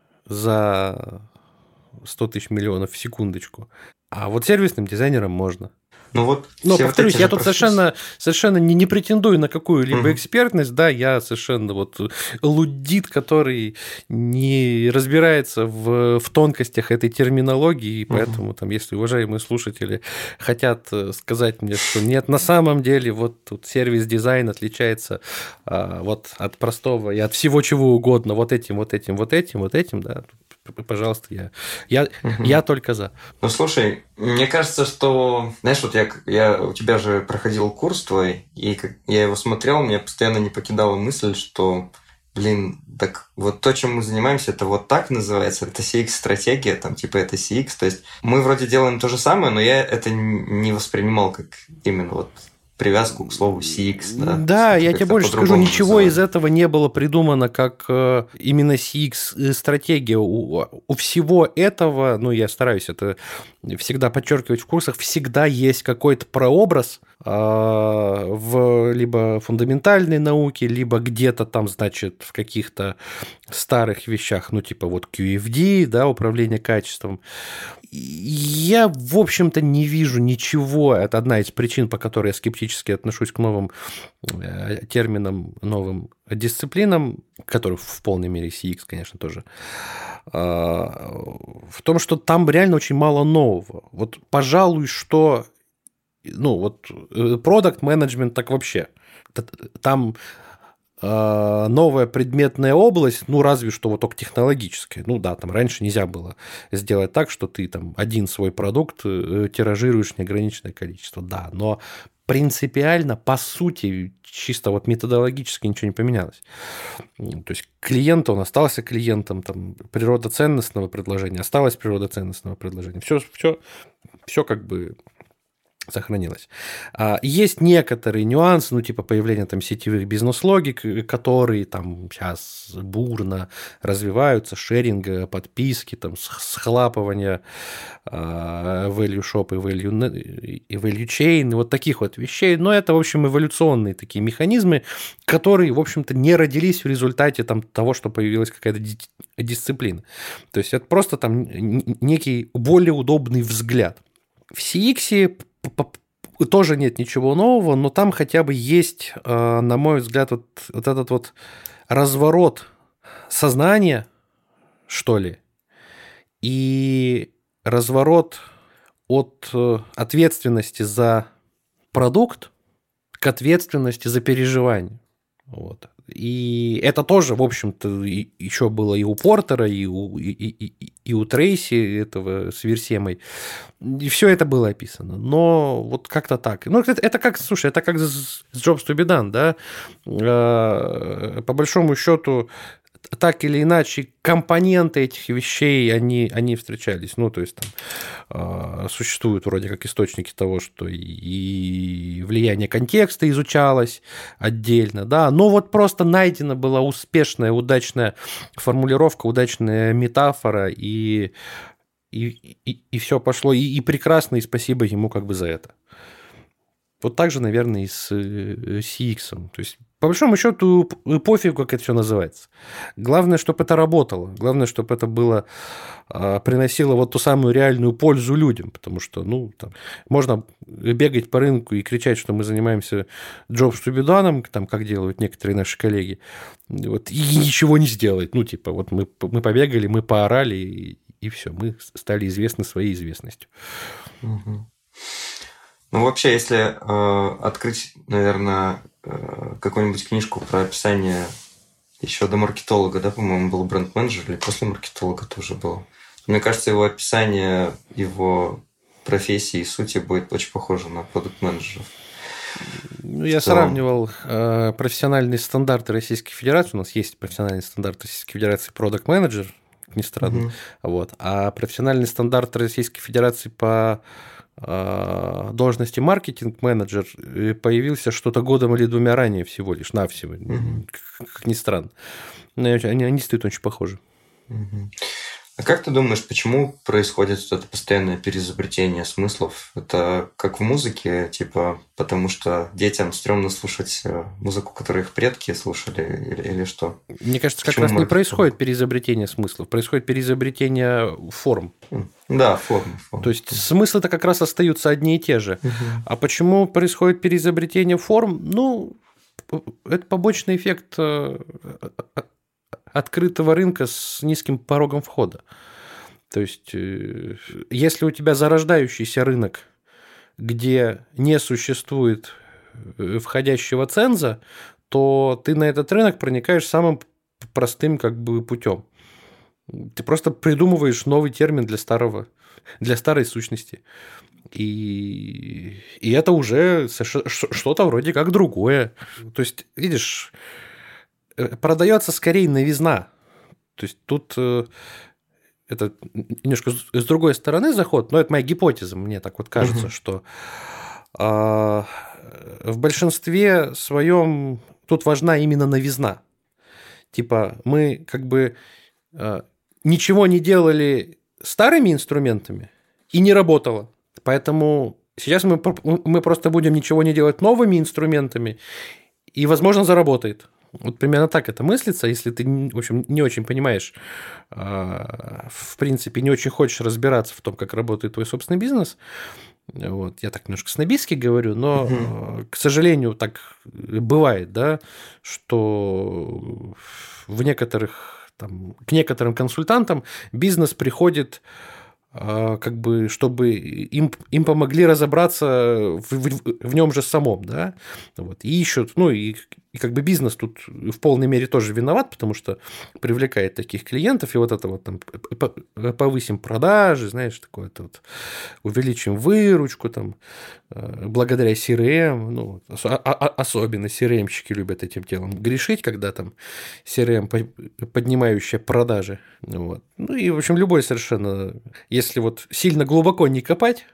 за 100 тысяч миллионов в секундочку, а вот сервисным дизайнером можно. Ну вот, но, повторюсь, я тут совершенно не претендую на какую-либо экспертность, да, я совершенно вот луддит, который не разбирается в тонкостях этой терминологии, и поэтому, там, если уважаемые слушатели хотят сказать мне, что нет, на самом деле вот тут сервис-дизайн отличается вот от простого и от всего чего угодно, вот этим, да, пожалуйста, я только за. Ну, слушай, мне кажется, что, знаешь, вот я у тебя же проходил курс твой, и я его смотрел, меня постоянно не покидала мысль, что, блин, так вот то, чем мы занимаемся, это вот так называется, это CX-стратегия, там, типа это CX, то есть мы вроде делаем то же самое, но я это не воспринимал как именно вот привязку к слову CX, да? Да, я тебе больше скажу, ничего называют. из этого не было придумано как именно CX-стратегия. У всего этого, ну, я стараюсь это всегда подчеркивать в курсах, всегда есть какой-то прообраз в либо фундаментальной науке, либо где-то там, значит, в каких-то старых вещах, ну, типа вот QFD, да, управление качеством. Я, в общем-то, не вижу ничего. Это одна из причин, по которой я скептически отношусь к новым терминам, новым дисциплинам, которые в полной мере CX, конечно, тоже, в том, что там реально очень мало нового. Вот, пожалуй, что, ну, вот, продакт-менеджмент так вообще. Там новая предметная область, ну, разве что вот только технологическая. Ну, да, там раньше нельзя было сделать так, что ты там один свой продукт тиражируешь неограниченное количество. Да, но принципиально, по сути, чисто вот методологически ничего не поменялось. То есть клиент, он остался клиентом, там, природа ценностного предложения осталась природа ценностного предложения. Все как бы сохранилось. Есть некоторые нюансы, ну, типа появления там сетевых бизнес-логик, которые там сейчас бурно развиваются, шеринга, подписки, там, схлапывания value shop и value chain, и вот таких вот вещей. Но это, в общем, эволюционные такие механизмы, которые, в общем-то, не родились в результате там, того, что появилась какая-то дисциплина. То есть это просто там некий более удобный взгляд. В CX тоже нет ничего нового, но там хотя бы есть, на мой взгляд, вот этот вот разворот сознания, что ли, и разворот от ответственности за продукт к ответственности за переживание. Вот. И это тоже, в общем-то, еще было и у Портера, и у Трейси, этого с Версемой. И все это было описано. Но вот как-то так. Ну, это как, слушай, это как с Jobs to be done, да? По большому счету, так или иначе, компоненты этих вещей, они встречались. Ну, то есть, там существуют вроде как источники того, что и влияние контекста изучалось отдельно, да, но вот просто найдена была успешная, удачная формулировка, удачная метафора, и все пошло, и прекрасно, и спасибо ему как бы за это. Вот так же, наверное, и с CX. То есть, по большому счету, пофигу, как это все называется. Главное, чтобы это работало. Главное, чтобы это было, приносило вот ту самую реальную пользу людям. Потому что, ну, там, можно бегать по рынку и кричать, что мы занимаемся Jobs to be done, там, как делают некоторые наши коллеги, вот, и ничего не сделать. Ну, типа, вот мы побегали, мы поорали, и все, мы стали известны своей известностью. Угу. Ну, вообще, если открыть, наверное, какую-нибудь книжку про описание еще до маркетолога, да, по-моему, был бренд-менеджер, или после маркетолога тоже было. Мне кажется, его описание, его профессии и сути будет очень похоже на продакт-менеджеров. Ну, я сравнивал профессиональные стандарты Российской Федерации. У нас есть профессиональный стандарт Российской Федерации продакт-менеджер, как ни странно. Вот. А профессиональный стандарт Российской Федерации по должности маркетинг-менеджер появился что-то годом или двумя ранее всего лишь, навсего, как ни странно. Но они стоят очень похожи. А как ты думаешь, почему происходит это постоянное переизобретение смыслов? Это как в музыке, типа, потому что детям стрёмно слушать музыку, которую их предки слушали, или что? Мне кажется, как раз не происходит переизобретение смыслов, происходит переизобретение форм. Да, формы. То есть смыслы-то как раз остаются одни и те же. А почему происходит переизобретение форм? Ну, это побочный эффект открытого рынка с низким порогом входа. То есть, если у тебя зарождающийся рынок, где не существует входящего ценза, то ты на этот рынок проникаешь самым простым как бы путем. Ты просто придумываешь новый термин для старой сущности. И это уже что-то вроде как другое. То есть, видишь, продается скорее новизна. То есть тут это немножко с другой стороны заход, но это моя гипотеза, мне так вот кажется, что в большинстве своем тут важна именно новизна. Типа мы как бы ничего не делали старыми инструментами и не работало. Поэтому сейчас мы просто будем ничего не делать новыми инструментами, и, возможно, заработает. Вот примерно так это мыслится, если ты, в общем, не очень понимаешь, в принципе, не очень хочешь разбираться в том, как работает твой собственный бизнес. Вот, я так немножко снобистски говорю, но, к сожалению, так бывает, да, что к некоторым консультантам бизнес приходит как бы, чтобы им помогли разобраться в нем же самом, да, вот, и ищут, ну, и как бы бизнес тут в полной мере тоже виноват, потому что привлекает таких клиентов, и вот это вот там повысим продажи, знаешь, такое-то вот, увеличим выручку, там, благодаря CRM, ну, особенно CRM-щики любят этим делом грешить, когда там CRM, поднимающая продажи, вот. Ну, и, в общем, любой совершенно, если вот сильно глубоко не копать,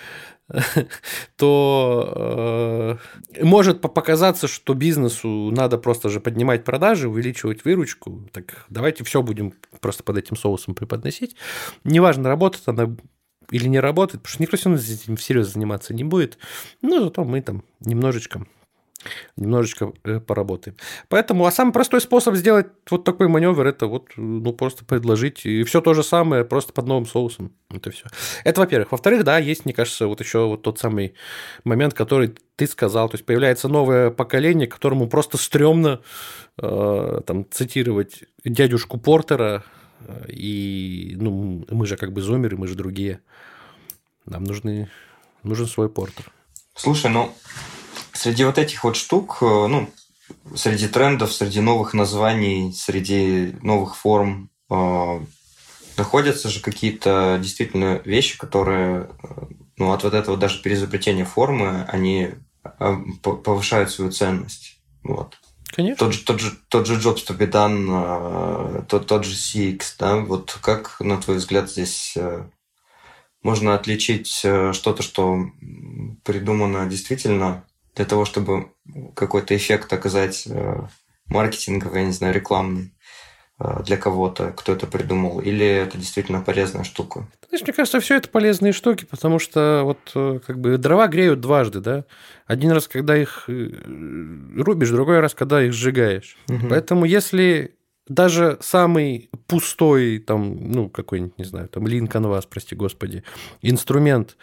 то может показаться, что бизнесу надо просто же поднимать продажи, увеличивать выручку. Так давайте все будем просто под этим соусом преподносить. Неважно, работает она или не работает, потому что никто все равно этим всерьез заниматься не будет. Но зато мы там немножечко поработаем. Поэтому, а самый простой способ сделать вот такой маневр, это вот, ну, просто предложить, и все то же самое, просто под новым соусом. Это все. Это, во-первых. Во-вторых, да, есть, мне кажется, вот еще вот тот самый момент, который ты сказал, то есть появляется новое поколение, которому просто стрёмно там цитировать дядюшку Портера, и, ну, мы же как бы зумеры, мы же другие. Нам нужен свой Портер. Слушай, ну, среди вот этих вот штук, ну, среди трендов, среди новых названий, среди новых форм находятся же какие-то действительно вещи, которые, ну, от вот этого даже переизобретения формы, они повышают свою ценность. Вот. Конечно. Тот же Jobs to be done, тот же CX, да, вот как, на твой взгляд, здесь можно отличить что-то, что придумано действительно для того, чтобы какой-то эффект оказать маркетинговый, я не знаю, рекламный для кого-то, кто это придумал, или это действительно полезная штука? Знаешь, мне кажется, все это полезные штуки, потому что вот как бы дрова греют дважды, да? Один раз, когда их рубишь, другой раз, когда их сжигаешь. Угу. Поэтому если даже самый пустой, там, ну, какой-нибудь, не знаю, там, Lean Canvas, прости господи, инструмент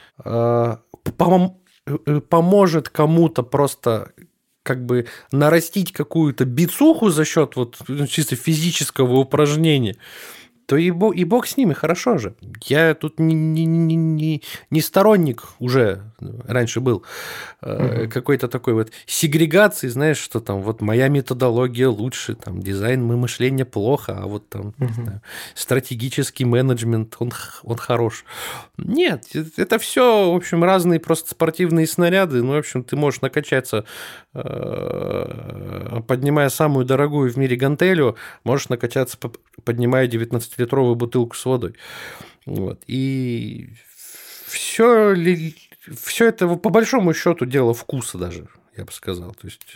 поможет кому-то просто как бы нарастить какую-то бицуху за счет вот чисто физического упражнения, то и бог с ними, хорошо же. Я тут не сторонник уже, раньше был, какой-то такой вот сегрегации, знаешь, что там вот моя методология лучше, там дизайн мышления плохо, а вот там не знаю, стратегический менеджмент, он хорош. Нет, это все, в общем, разные просто спортивные снаряды. Ну, в общем, ты можешь накачаться, поднимая самую дорогую в мире гантелю, можешь накачаться, поднимая 19-литровую бутылку с водой. Вот. И все это, по большому счету, дело вкуса даже, я бы сказал. То есть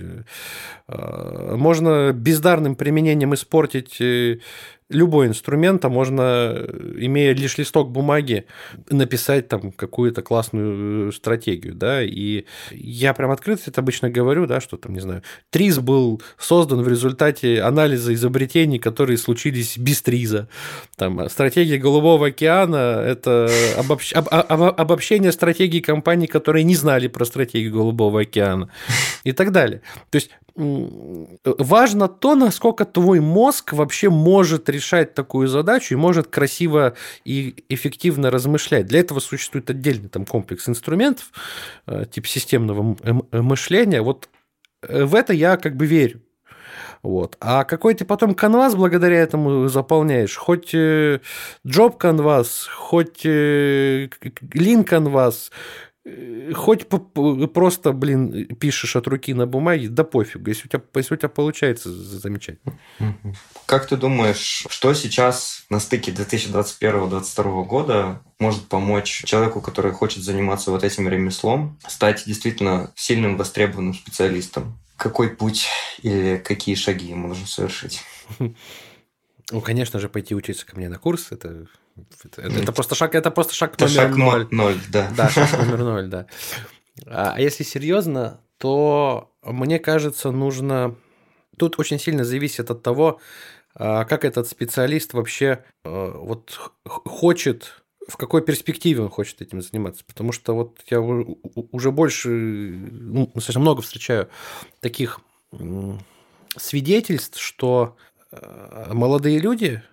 можно бездарным применением испортить любой инструмент, а можно, имея лишь листок бумаги, написать там какую-то классную стратегию, да, и я прям открыто это обычно говорю, да, что там, не знаю, ТРИЗ был создан в результате анализа изобретений, которые случились без ТРИЗа. Там стратегия Голубого океана – это обобщение стратегий компаний, которые не знали про стратегию Голубого океана и так далее. То есть важно то, насколько твой мозг вообще может решать такую задачу и может красиво и эффективно размышлять. Для этого существует отдельный там комплекс инструментов, типа системного мышления. Вот в это я как бы верю. Вот. А какой ты потом канвас благодаря этому заполняешь? Хоть Job Canvas, хоть Lean Canvas, хоть просто, пишешь от руки на бумаге, да пофиг, если у тебя получается, замечательно. Как ты думаешь, что сейчас на стыке 2021-2022 года может помочь человеку, который хочет заниматься вот этим ремеслом, стать действительно сильным, востребованным специалистом? Какой путь или какие шаги ему нужно совершить? Ну, конечно же, пойти учиться ко мне на курс, это просто шаг, Это номер шаг 0. 0, да. Да, шаг номер 0, да. А если серьезно, то мне кажется, нужно... Тут очень сильно зависит от того, как этот специалист вообще вот хочет, в какой перспективе он хочет этим заниматься. Потому что вот я уже больше, достаточно много встречаю таких свидетельств, что молодые люди,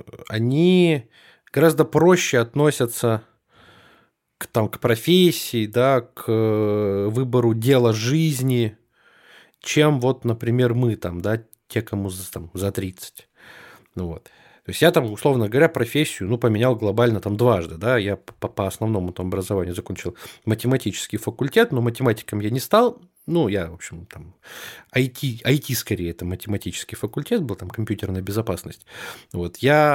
они гораздо проще относятся к профессии, да, к выбору дела жизни, чем вот, например, мы там, да, те, кому за 30. Ну вот. То есть я там, условно говоря, профессию, поменял глобально там дважды, да, я по основному там образованию закончил математический факультет, но математиком я не стал, я, в общем, там, IT скорее, это математический факультет был, там, компьютерная безопасность. Вот,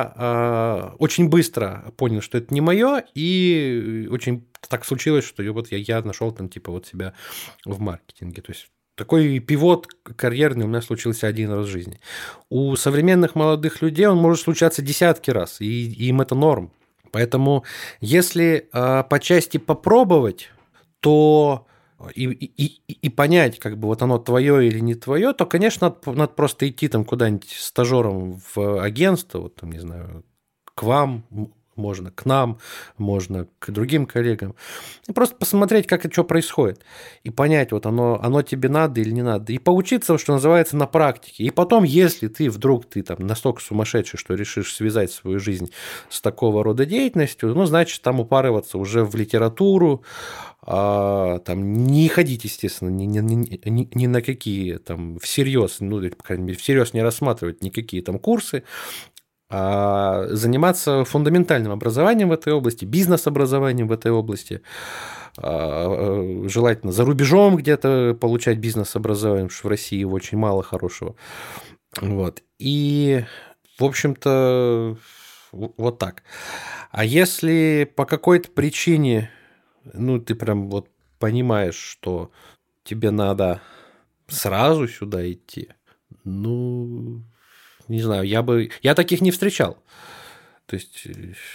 я очень быстро понял, что это не мое, и очень так случилось, что я нашел там, типа, вот себя в маркетинге, то есть такой пивот карьерный у меня случился один раз в жизни. У современных молодых людей он может случаться десятки раз, и им это норм. Поэтому если по части попробовать, то и понять, как бы вот оно твое или не твое, то, конечно, надо просто идти там куда-нибудь стажером в агентство, вот там, не знаю, к вам, можно к нам, можно к другим коллегам. И просто посмотреть, как это что происходит. И понять, вот оно тебе надо или не надо. И поучиться, что называется, на практике. И потом, если ты там настолько сумасшедший, что решишь связать свою жизнь с такого рода деятельностью, значит, там упарываться уже в литературу, там не ходить, естественно, ни на какие там всерьез, по крайней мере, всерьез не рассматривать никакие там курсы, заниматься фундаментальным образованием в этой области, бизнес-образованием в этой области, желательно за рубежом где-то получать бизнес-образование, потому что в России его очень мало хорошего. Вот. И, в общем-то, вот так. А если по какой-то причине, ты прям вот понимаешь, что тебе надо сразу сюда идти, не знаю, я таких не встречал. То есть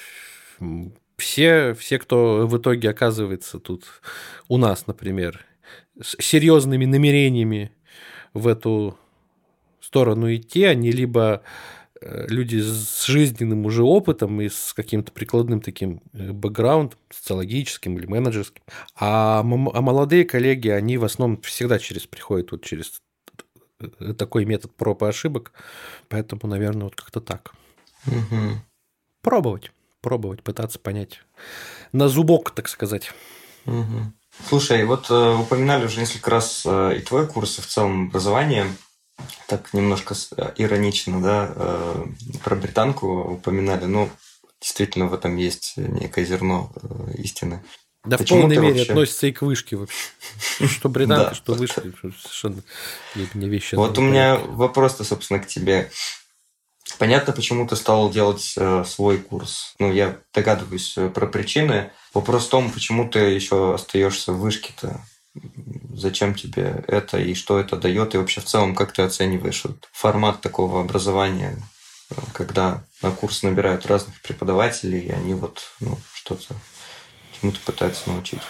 все, кто в итоге оказывается тут у нас, например, с серьезными намерениями в эту сторону идти, они либо люди с жизненным уже опытом и с каким-то прикладным таким бэкграундом, социологическим или менеджерским, а молодые коллеги, они в основном всегда приходят вот через такой метод проб и ошибок, поэтому, наверное, вот как-то так. Угу. Пробовать, пытаться понять. На зубок, так сказать. Угу. Слушай, вот упоминали уже несколько раз и твой курс, и в целом образование. Так немножко иронично, да, про британку упоминали. Действительно, в этом есть некое зерно истины. Да, почему в полной мере вообще относится и к вышке вообще. Что британка, что вышка. Совершенно не вещи. Вот у меня вопрос-то, собственно, к тебе. Понятно, почему ты стал делать свой курс. Я догадываюсь про причины. Вопрос в том, почему ты еще остаешься в вышке-то. Зачем тебе это и что это дает? И вообще в целом, как ты оцениваешь формат такого образования, когда на курс набирают разных преподавателей, и они что-то чему-то пытаются научить?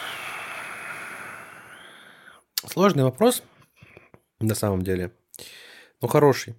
Сложный вопрос, на самом деле, но хороший.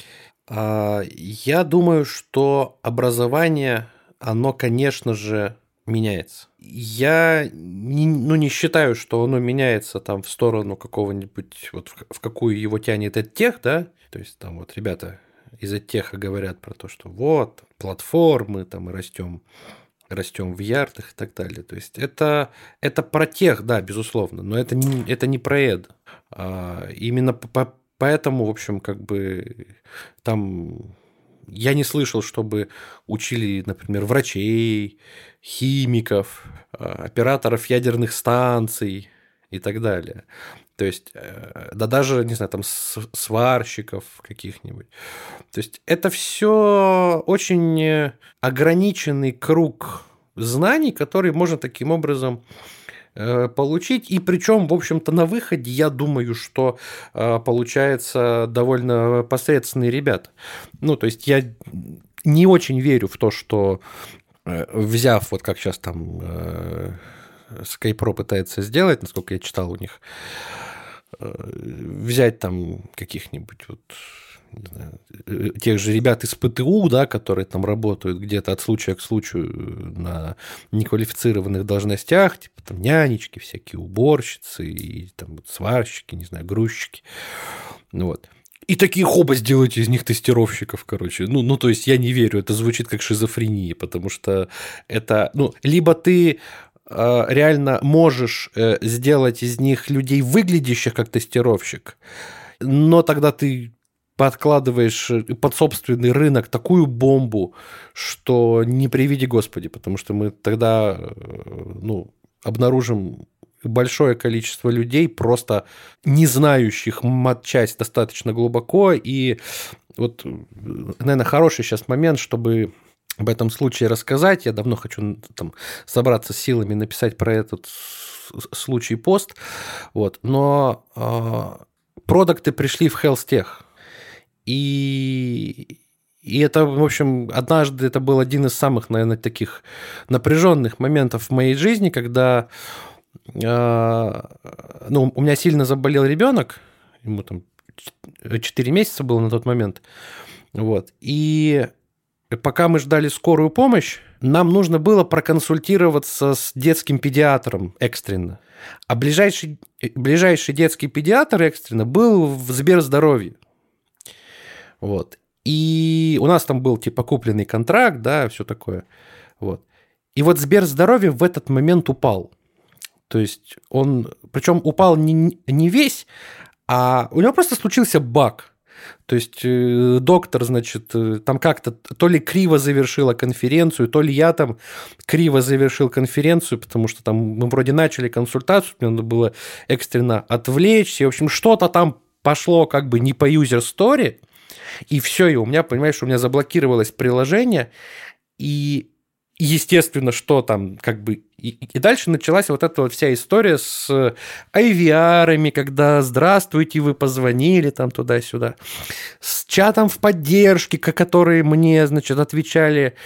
Я думаю, что образование, оно, конечно же, меняется. Я не считаю, что оно меняется там в сторону какого-нибудь, вот в какую его тянет EdTech, да, то есть там вот ребята из EdTech говорят про то, что вот платформы, там мы растем в ярдах и так далее. То есть это про тех, да, безусловно, но это не про эд. Именно поэтому, в общем, как бы там Я не слышал, чтобы учили, например, врачей, химиков, операторов ядерных станций и так далее. То есть, да даже, не знаю, там сварщиков каких-нибудь. То есть, это все очень ограниченный круг знаний, которые можно таким образом получить. И причем, в общем-то, на выходе, я думаю, что получается довольно посредственные ребята. Ну, то есть, я не очень верю в то, что взяв, вот как сейчас там SkyPro пытается сделать, насколько я читал у них, взять там каких-нибудь вот не знаю, тех же ребят из ПТУ, да, которые там работают где-то от случая к случаю на неквалифицированных должностях, типа там нянечки, всякие уборщицы и там вот сварщики, не знаю, грузчики. Вот. И такие хоба сделать из них тестировщиков, короче. Ну, то есть я не верю, это звучит как шизофрения, потому что это, ну, либо ты реально можешь сделать из них людей, выглядящих как тестировщик, но тогда ты подкладываешь под собственный рынок такую бомбу, что не приведи Господи, потому что мы тогда обнаружим большое количество людей, просто не знающих матчасть достаточно глубоко. И вот, наверное, хороший сейчас момент, чтобы об этом случае рассказать. Я давно хочу там собраться с силами, написать про этот случай пост. Вот. Но продукты пришли в Health Tech. И это, в общем, однажды это был один из самых, наверное, таких напряженных моментов в моей жизни, когда у меня сильно заболел ребенок, ему там 4 месяца было на тот момент, вот, и пока мы ждали скорую помощь, нам нужно было проконсультироваться с детским педиатром экстренно. А ближайший детский педиатр экстренно был в Сберздоровье. Вот. И у нас там был типа купленный контракт, да, все такое. Вот. И вот Сберздоровье в этот момент упал. То есть он, причем упал не весь, а у него просто случился баг. То есть доктор, значит, там как-то то ли криво завершила конференцию, то ли я там криво завершил конференцию, потому что там мы вроде начали консультацию, мне надо было экстренно отвлечься. В общем, что-то там пошло как бы не по user story, и все, и у меня, понимаешь, у меня заблокировалось приложение, и естественно, что там как бы... И дальше началась вот эта вот вся история с IVR-ами, когда «Здравствуйте, вы позвонили», там туда-сюда, с чатом в поддержке, которые мне, значит, отвечали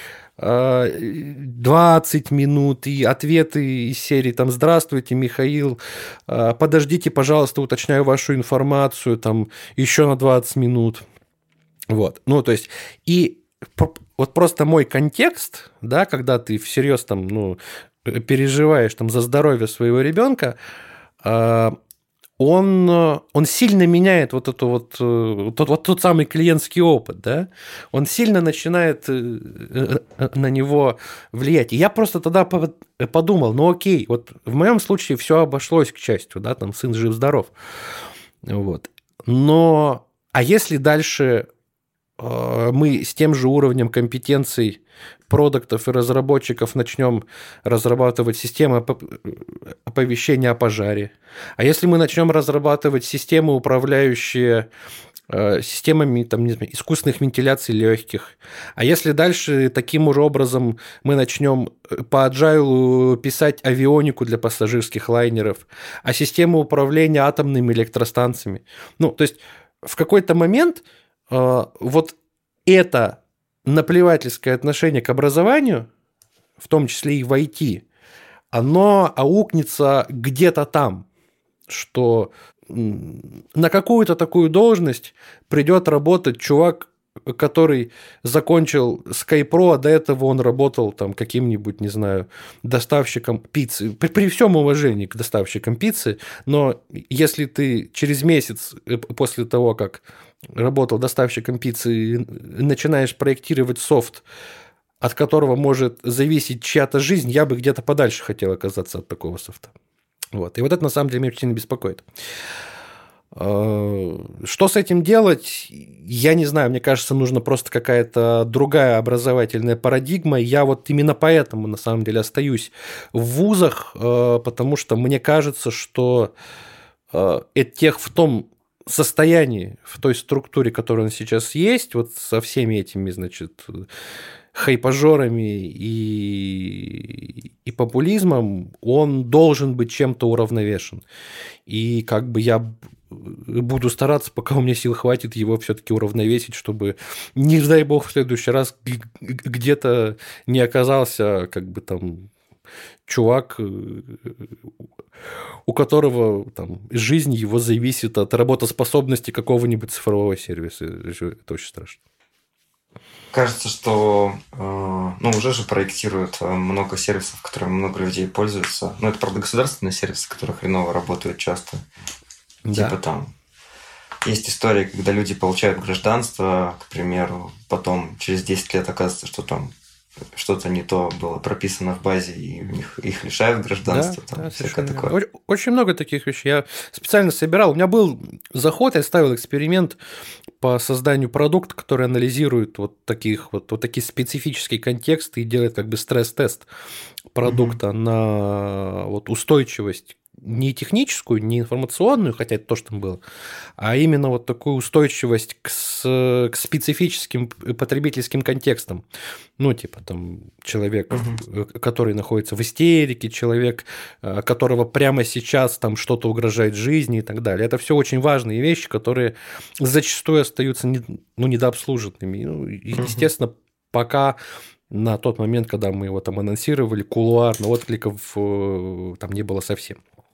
20 минут, и ответы из серии там «Здравствуйте, Михаил, подождите, пожалуйста, уточняю вашу информацию», там еще на 20 минут. Вот, ну, то есть, и вот просто мой контекст, да, когда ты всерьез там, переживаешь там за здоровье своего ребенка, он сильно меняет вот эту вот тот самый клиентский опыт, да, он сильно начинает на него влиять. И я просто тогда подумал, ну окей, вот в моем случае все обошлось, к счастью, да, там сын жив-здоров, вот, но, а если дальше мы с тем же уровнем компетенций продуктов и разработчиков начнем разрабатывать системы оповещения о пожаре. А если мы начнем разрабатывать системы, управляющие системами там, не знаю, искусственных вентиляций легких. А если дальше таким же образом мы начнем по agile писать авионику для пассажирских лайнеров, а систему управления атомными электростанциями. Ну, то есть в какой-то момент вот это наплевательское отношение к образованию, в том числе и в IT, оно аукнется где-то там, что на какую-то такую должность придет работать чувак, который закончил SkyPro, а до этого он работал там каким-нибудь, не знаю, доставщиком пиццы. При всем уважении к доставщикам пиццы, но если ты через месяц после того, как работал доставщиком пиццы, начинаешь проектировать софт, от которого может зависеть чья-то жизнь, я бы где-то подальше хотел оказаться от такого софта. Вот. И вот это на самом деле меня очень сильно беспокоит. Что с этим делать, я не знаю. Мне кажется, нужна просто какая-то другая образовательная парадигма. Я вот именно поэтому, на самом деле, остаюсь в вузах, потому что мне кажется, что тех в том состоянии, в той структуре, которая он сейчас есть, вот со всеми этими, значит, хайпажорами и популизмом, он должен быть чем-то уравновешен. И как бы я буду стараться, пока у меня сил хватит, его все-таки уравновесить, чтобы, не дай бог, в следующий раз где-то не оказался как бы там чувак, у которого там жизнь его зависит от работоспособности какого-нибудь цифрового сервиса. Это очень страшно. Кажется, что уже же проектируют много сервисов, которыми много людей пользуются. Ну, это, правда, государственные сервисы, которые хреново работают часто. Да. Типа там есть история, когда люди получают гражданство, к примеру, потом через 10 лет оказывается, что там что-то не то было прописано в базе, и их лишают гражданства. Да, там, да, всякое такое. Очень много таких вещей. Я специально собирал. У меня был заход, я ставил эксперимент по созданию продукта, который анализирует вот такие специфические контексты и делает как бы стресс-тест продукта на вот устойчивость не техническую, не информационную, хотя это то, что там было, а именно вот такую устойчивость к специфическим потребительским контекстам. Ну, типа там человек, который находится в истерике, человек, которого прямо сейчас там что-то угрожает жизни и так далее. Это все очень важные вещи, которые зачастую остаются недообслуженными. Ну, естественно, пока на тот момент, когда мы его там анонсировали, кулуарно откликов там не было совсем.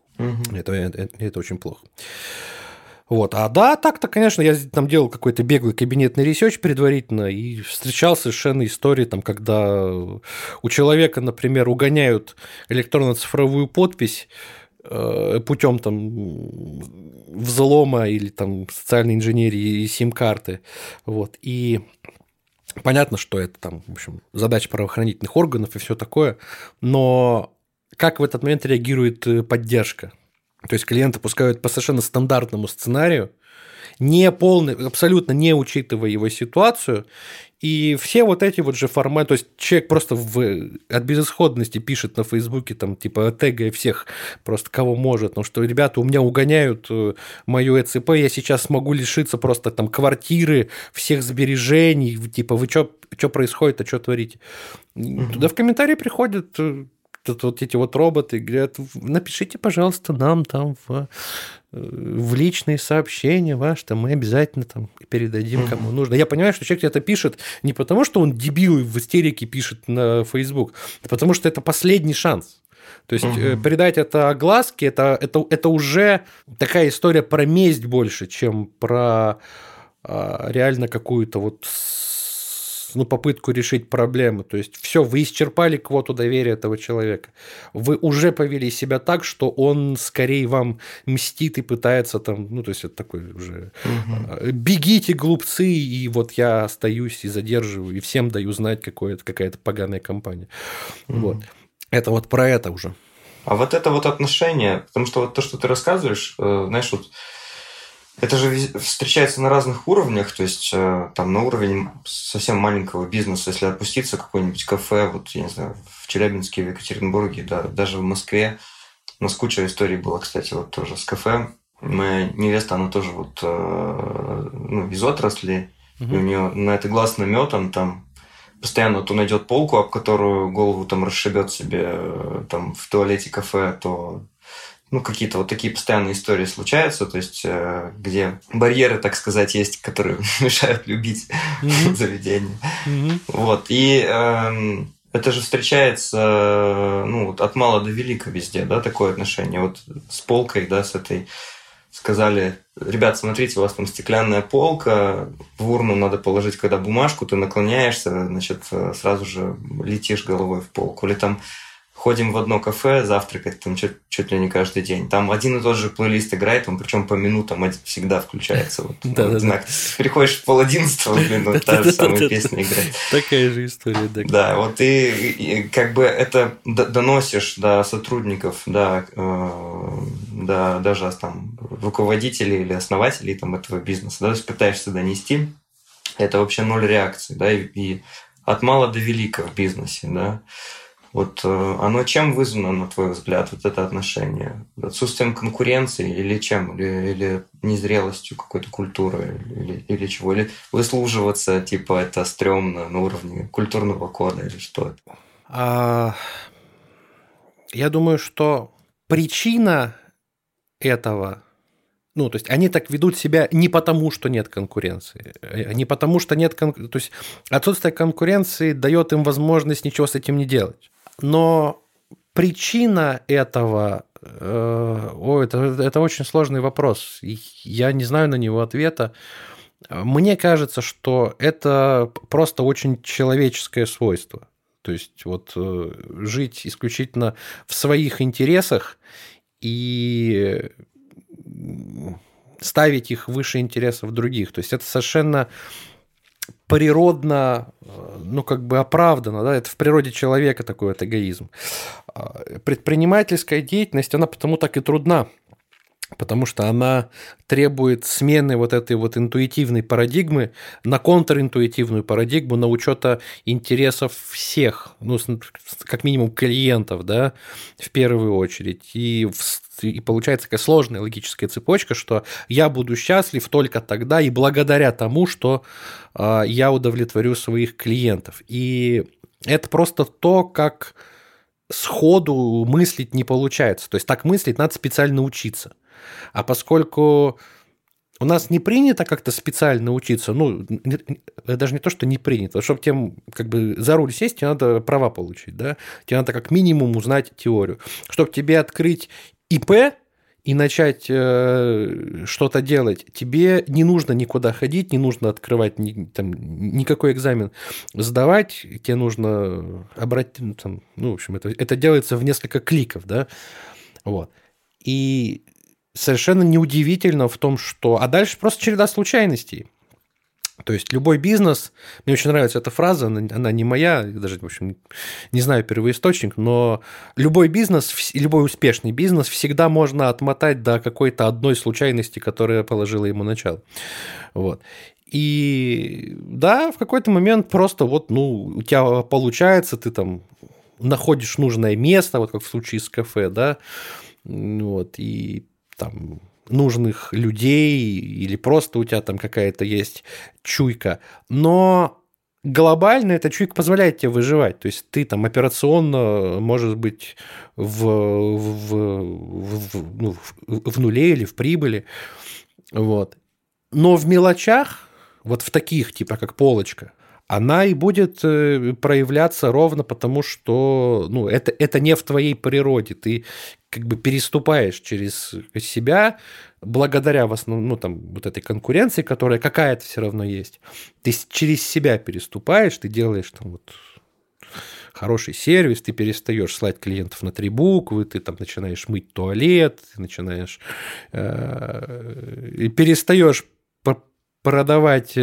Это очень плохо. Вот. А да, так-то, конечно, я там делал какой-то беглый кабинетный ресерч предварительно и встречал совершенно истории, там, когда у человека, например, угоняют электронно-цифровую подпись путем там взлома или там социальной инженерии и сим-карты. Вот. И понятно, что это там, в общем, задача правоохранительных органов и все такое, но как в этот момент реагирует поддержка? То есть клиенты пускают по совершенно стандартному сценарию, абсолютно не учитывая его ситуацию, и все вот эти вот же форматы, то есть человек просто от безысходности пишет на Фейсбуке, там, типа, тегая всех просто кого может, что, ребята, у меня угоняют мою ЭЦП, я сейчас смогу лишиться просто там квартиры, всех сбережений, типа, вы что происходит, а что творите? Туда в комментарии приходят вот эти вот роботы, говорят, напишите, пожалуйста, нам там в личные сообщения ваши, там мы обязательно там передадим, кому нужно. Я понимаю, что человек это пишет не потому, что он дебил и в истерике пишет на Facebook, а потому что это последний шанс. То есть передать это огласке, это уже такая история про месть больше, чем про реально какую-то вот попытку решить проблему. То есть все, вы исчерпали квоту доверия этого человека. Вы уже повели себя так, что он скорее вам мстит и пытается там, то есть это такой уже бегите, глупцы, и вот я остаюсь и задерживаю, и всем даю знать, какая-то поганая компания. Вот. Это вот про это уже. А вот это вот отношение, потому что вот то, что ты рассказываешь, знаешь, вот это же встречается на разных уровнях, то есть там на уровне совсем маленького бизнеса, если опуститься, какое-нибудь кафе, вот, я не знаю, в Челябинске, в Екатеринбурге, да, даже в Москве. У нас куча историй было, кстати, вот тоже с кафе. Моя невеста, она тоже вот из отрасли, и у нее на это глаз наметан, там постоянно то найдет полку, об которую голову там расшибет себе там в туалете кафе, то какие-то вот такие постоянные истории случаются, то есть где барьеры, так сказать, есть, которые мешают любить заведение. Вот. И это же встречается от мала до велика везде, да, такое отношение. Вот с полкой, да, с этой сказали, ребят, смотрите, у вас там стеклянная полка, в урну надо положить, когда бумажку, ты наклоняешься, значит, сразу же летишь головой в полку. Или там ходим в одно кафе завтракать, там чуть ли не каждый день. Там один и тот же плейлист играет, он причем по минутам всяко включается. Знак. Приходишь в 10:30, та же самая песня играет. Такая же история, да. Да, вот ты как бы это доносишь до сотрудников, да, до даже там руководителей или основателей там этого бизнеса, да, то есть пытаешься донести, это вообще ноль реакции, да, и от мала до велика в бизнесе, да. Вот оно чем вызвано, на твой взгляд, вот это отношение? Отсутствием конкуренции или чем? Или незрелостью какой-то культуры? Или чего? Или выслуживаться, типа, это стрёмно на уровне культурного кода или что это? Я думаю, что причина этого, ну, то есть они так ведут себя не потому, что нет конкуренции, не потому, что нет конкуренции, то есть отсутствие конкуренции дает им возможность ничего с этим не делать. Но причина этого, это очень сложный вопрос. Я не знаю на него ответа. Мне кажется, что это просто очень человеческое свойство. То есть вот жить исключительно в своих интересах и ставить их выше интересов других. То есть это совершенно природно, ну, как бы оправдано, да, это в природе человека такой вот эгоизм. Предпринимательская деятельность, она потому так и трудна, потому что она требует смены вот этой вот интуитивной парадигмы на контринтуитивную парадигму, на учета интересов всех, ну, как минимум клиентов, да, в первую очередь. И получается такая сложная логическая цепочка, что я буду счастлив только тогда и благодаря тому, что я удовлетворю своих клиентов. И это просто то, как сходу мыслить не получается. То есть так мыслить надо специально учиться. А поскольку у нас не принято как-то специально учиться, ну, даже не то, что не принято, чтобы тебе как бы за руль сесть, тебе надо права получить, да? Тебе надо как минимум узнать теорию. Чтобы тебе открыть ИП и начать что-то делать, тебе не нужно никуда ходить, не нужно открывать никакой экзамен сдавать, тебе нужно обратить, ну, в общем, это делается в несколько кликов, да, вот. И совершенно неудивительно в том, что... А дальше просто череда случайностей. То есть любой бизнес, мне очень нравится эта фраза, она не моя, даже, в общем, не знаю первоисточник, но любой бизнес, любой успешный бизнес всегда можно отмотать до какой-то одной случайности, которая положила ему начало. Вот. И да, в какой-то момент просто вот, ну, у тебя получается, ты там находишь нужное место, вот как в случае с кафе, да, вот, и там нужных людей или просто у тебя там какая-то есть чуйка. Но глобально эта чуйка позволяет тебе выживать. То есть ты там операционно, может быть, в нуле или в прибыли. Вот. Но в мелочах, вот в таких, типа как полочка, она и будет проявляться ровно потому, что ну, это не в твоей природе. Ты как бы переступаешь через себя благодаря в основном, ну, там, вот этой конкуренции, которая какая-то все равно есть. Ты через себя переступаешь, ты делаешь там вот хороший сервис, ты перестаешь слать клиентов на 3 буквы, ты там начинаешь мыть туалет, ты начинаешь перестаешь продавать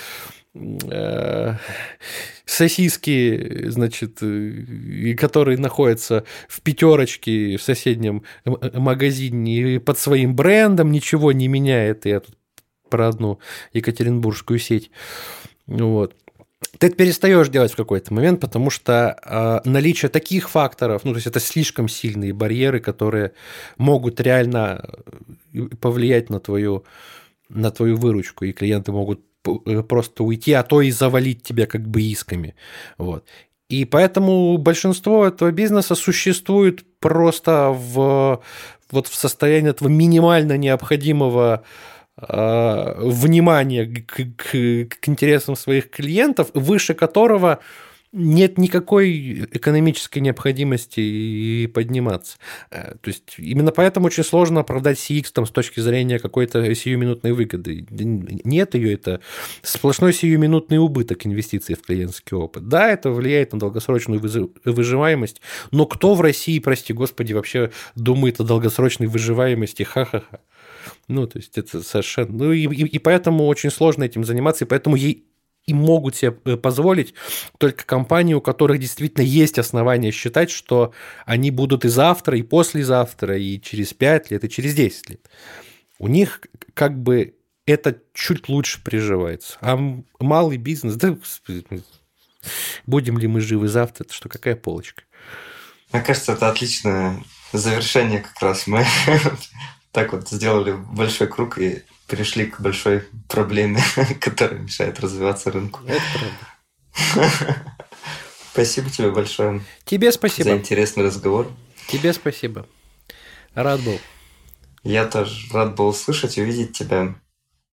сосиски, значит, которые находятся в пятерочке в соседнем магазине под своим брендом, ничего не меняет. Я тут про одну екатеринбургскую сеть. Вот. Ты это перестаешь делать в какой-то момент, потому что наличие таких факторов, ну, то есть это слишком сильные барьеры, которые могут реально повлиять на твою выручку, и клиенты могут просто уйти, а то и завалить тебя как бы исками. Вот. И поэтому большинство этого бизнеса существует просто в состоянии этого минимально необходимого внимания к интересам своих клиентов, выше которого нет никакой экономической необходимости и подниматься. То есть именно поэтому очень сложно оправдать CX там, с точки зрения какой-то сиюминутной выгоды. Нет ее, это сплошной сиюминутный убыток инвестиций в клиентский опыт. Да, это влияет на долгосрочную выживаемость, но кто в России, прости господи, вообще думает о долгосрочной выживаемости? Ха-ха-ха. Ну, то есть это совершенно... Ну, и поэтому очень сложно этим заниматься, и поэтому и могут себе позволить только компании, у которых действительно есть основания считать, что они будут и завтра, и послезавтра, и через 5 лет, и через 10 лет. У них как бы это чуть лучше приживается. А малый бизнес, да, господи, будем ли мы живы завтра, это что, какая полочка? Мне кажется, это отличное завершение как раз. Мы так вот сделали большой круг и перешли к большой проблеме, которая мешает развиваться рынку. Это правда. Спасибо тебе большое. Тебе спасибо. За интересный разговор. Тебе спасибо. Рад был. Я тоже рад был услышать и увидеть тебя.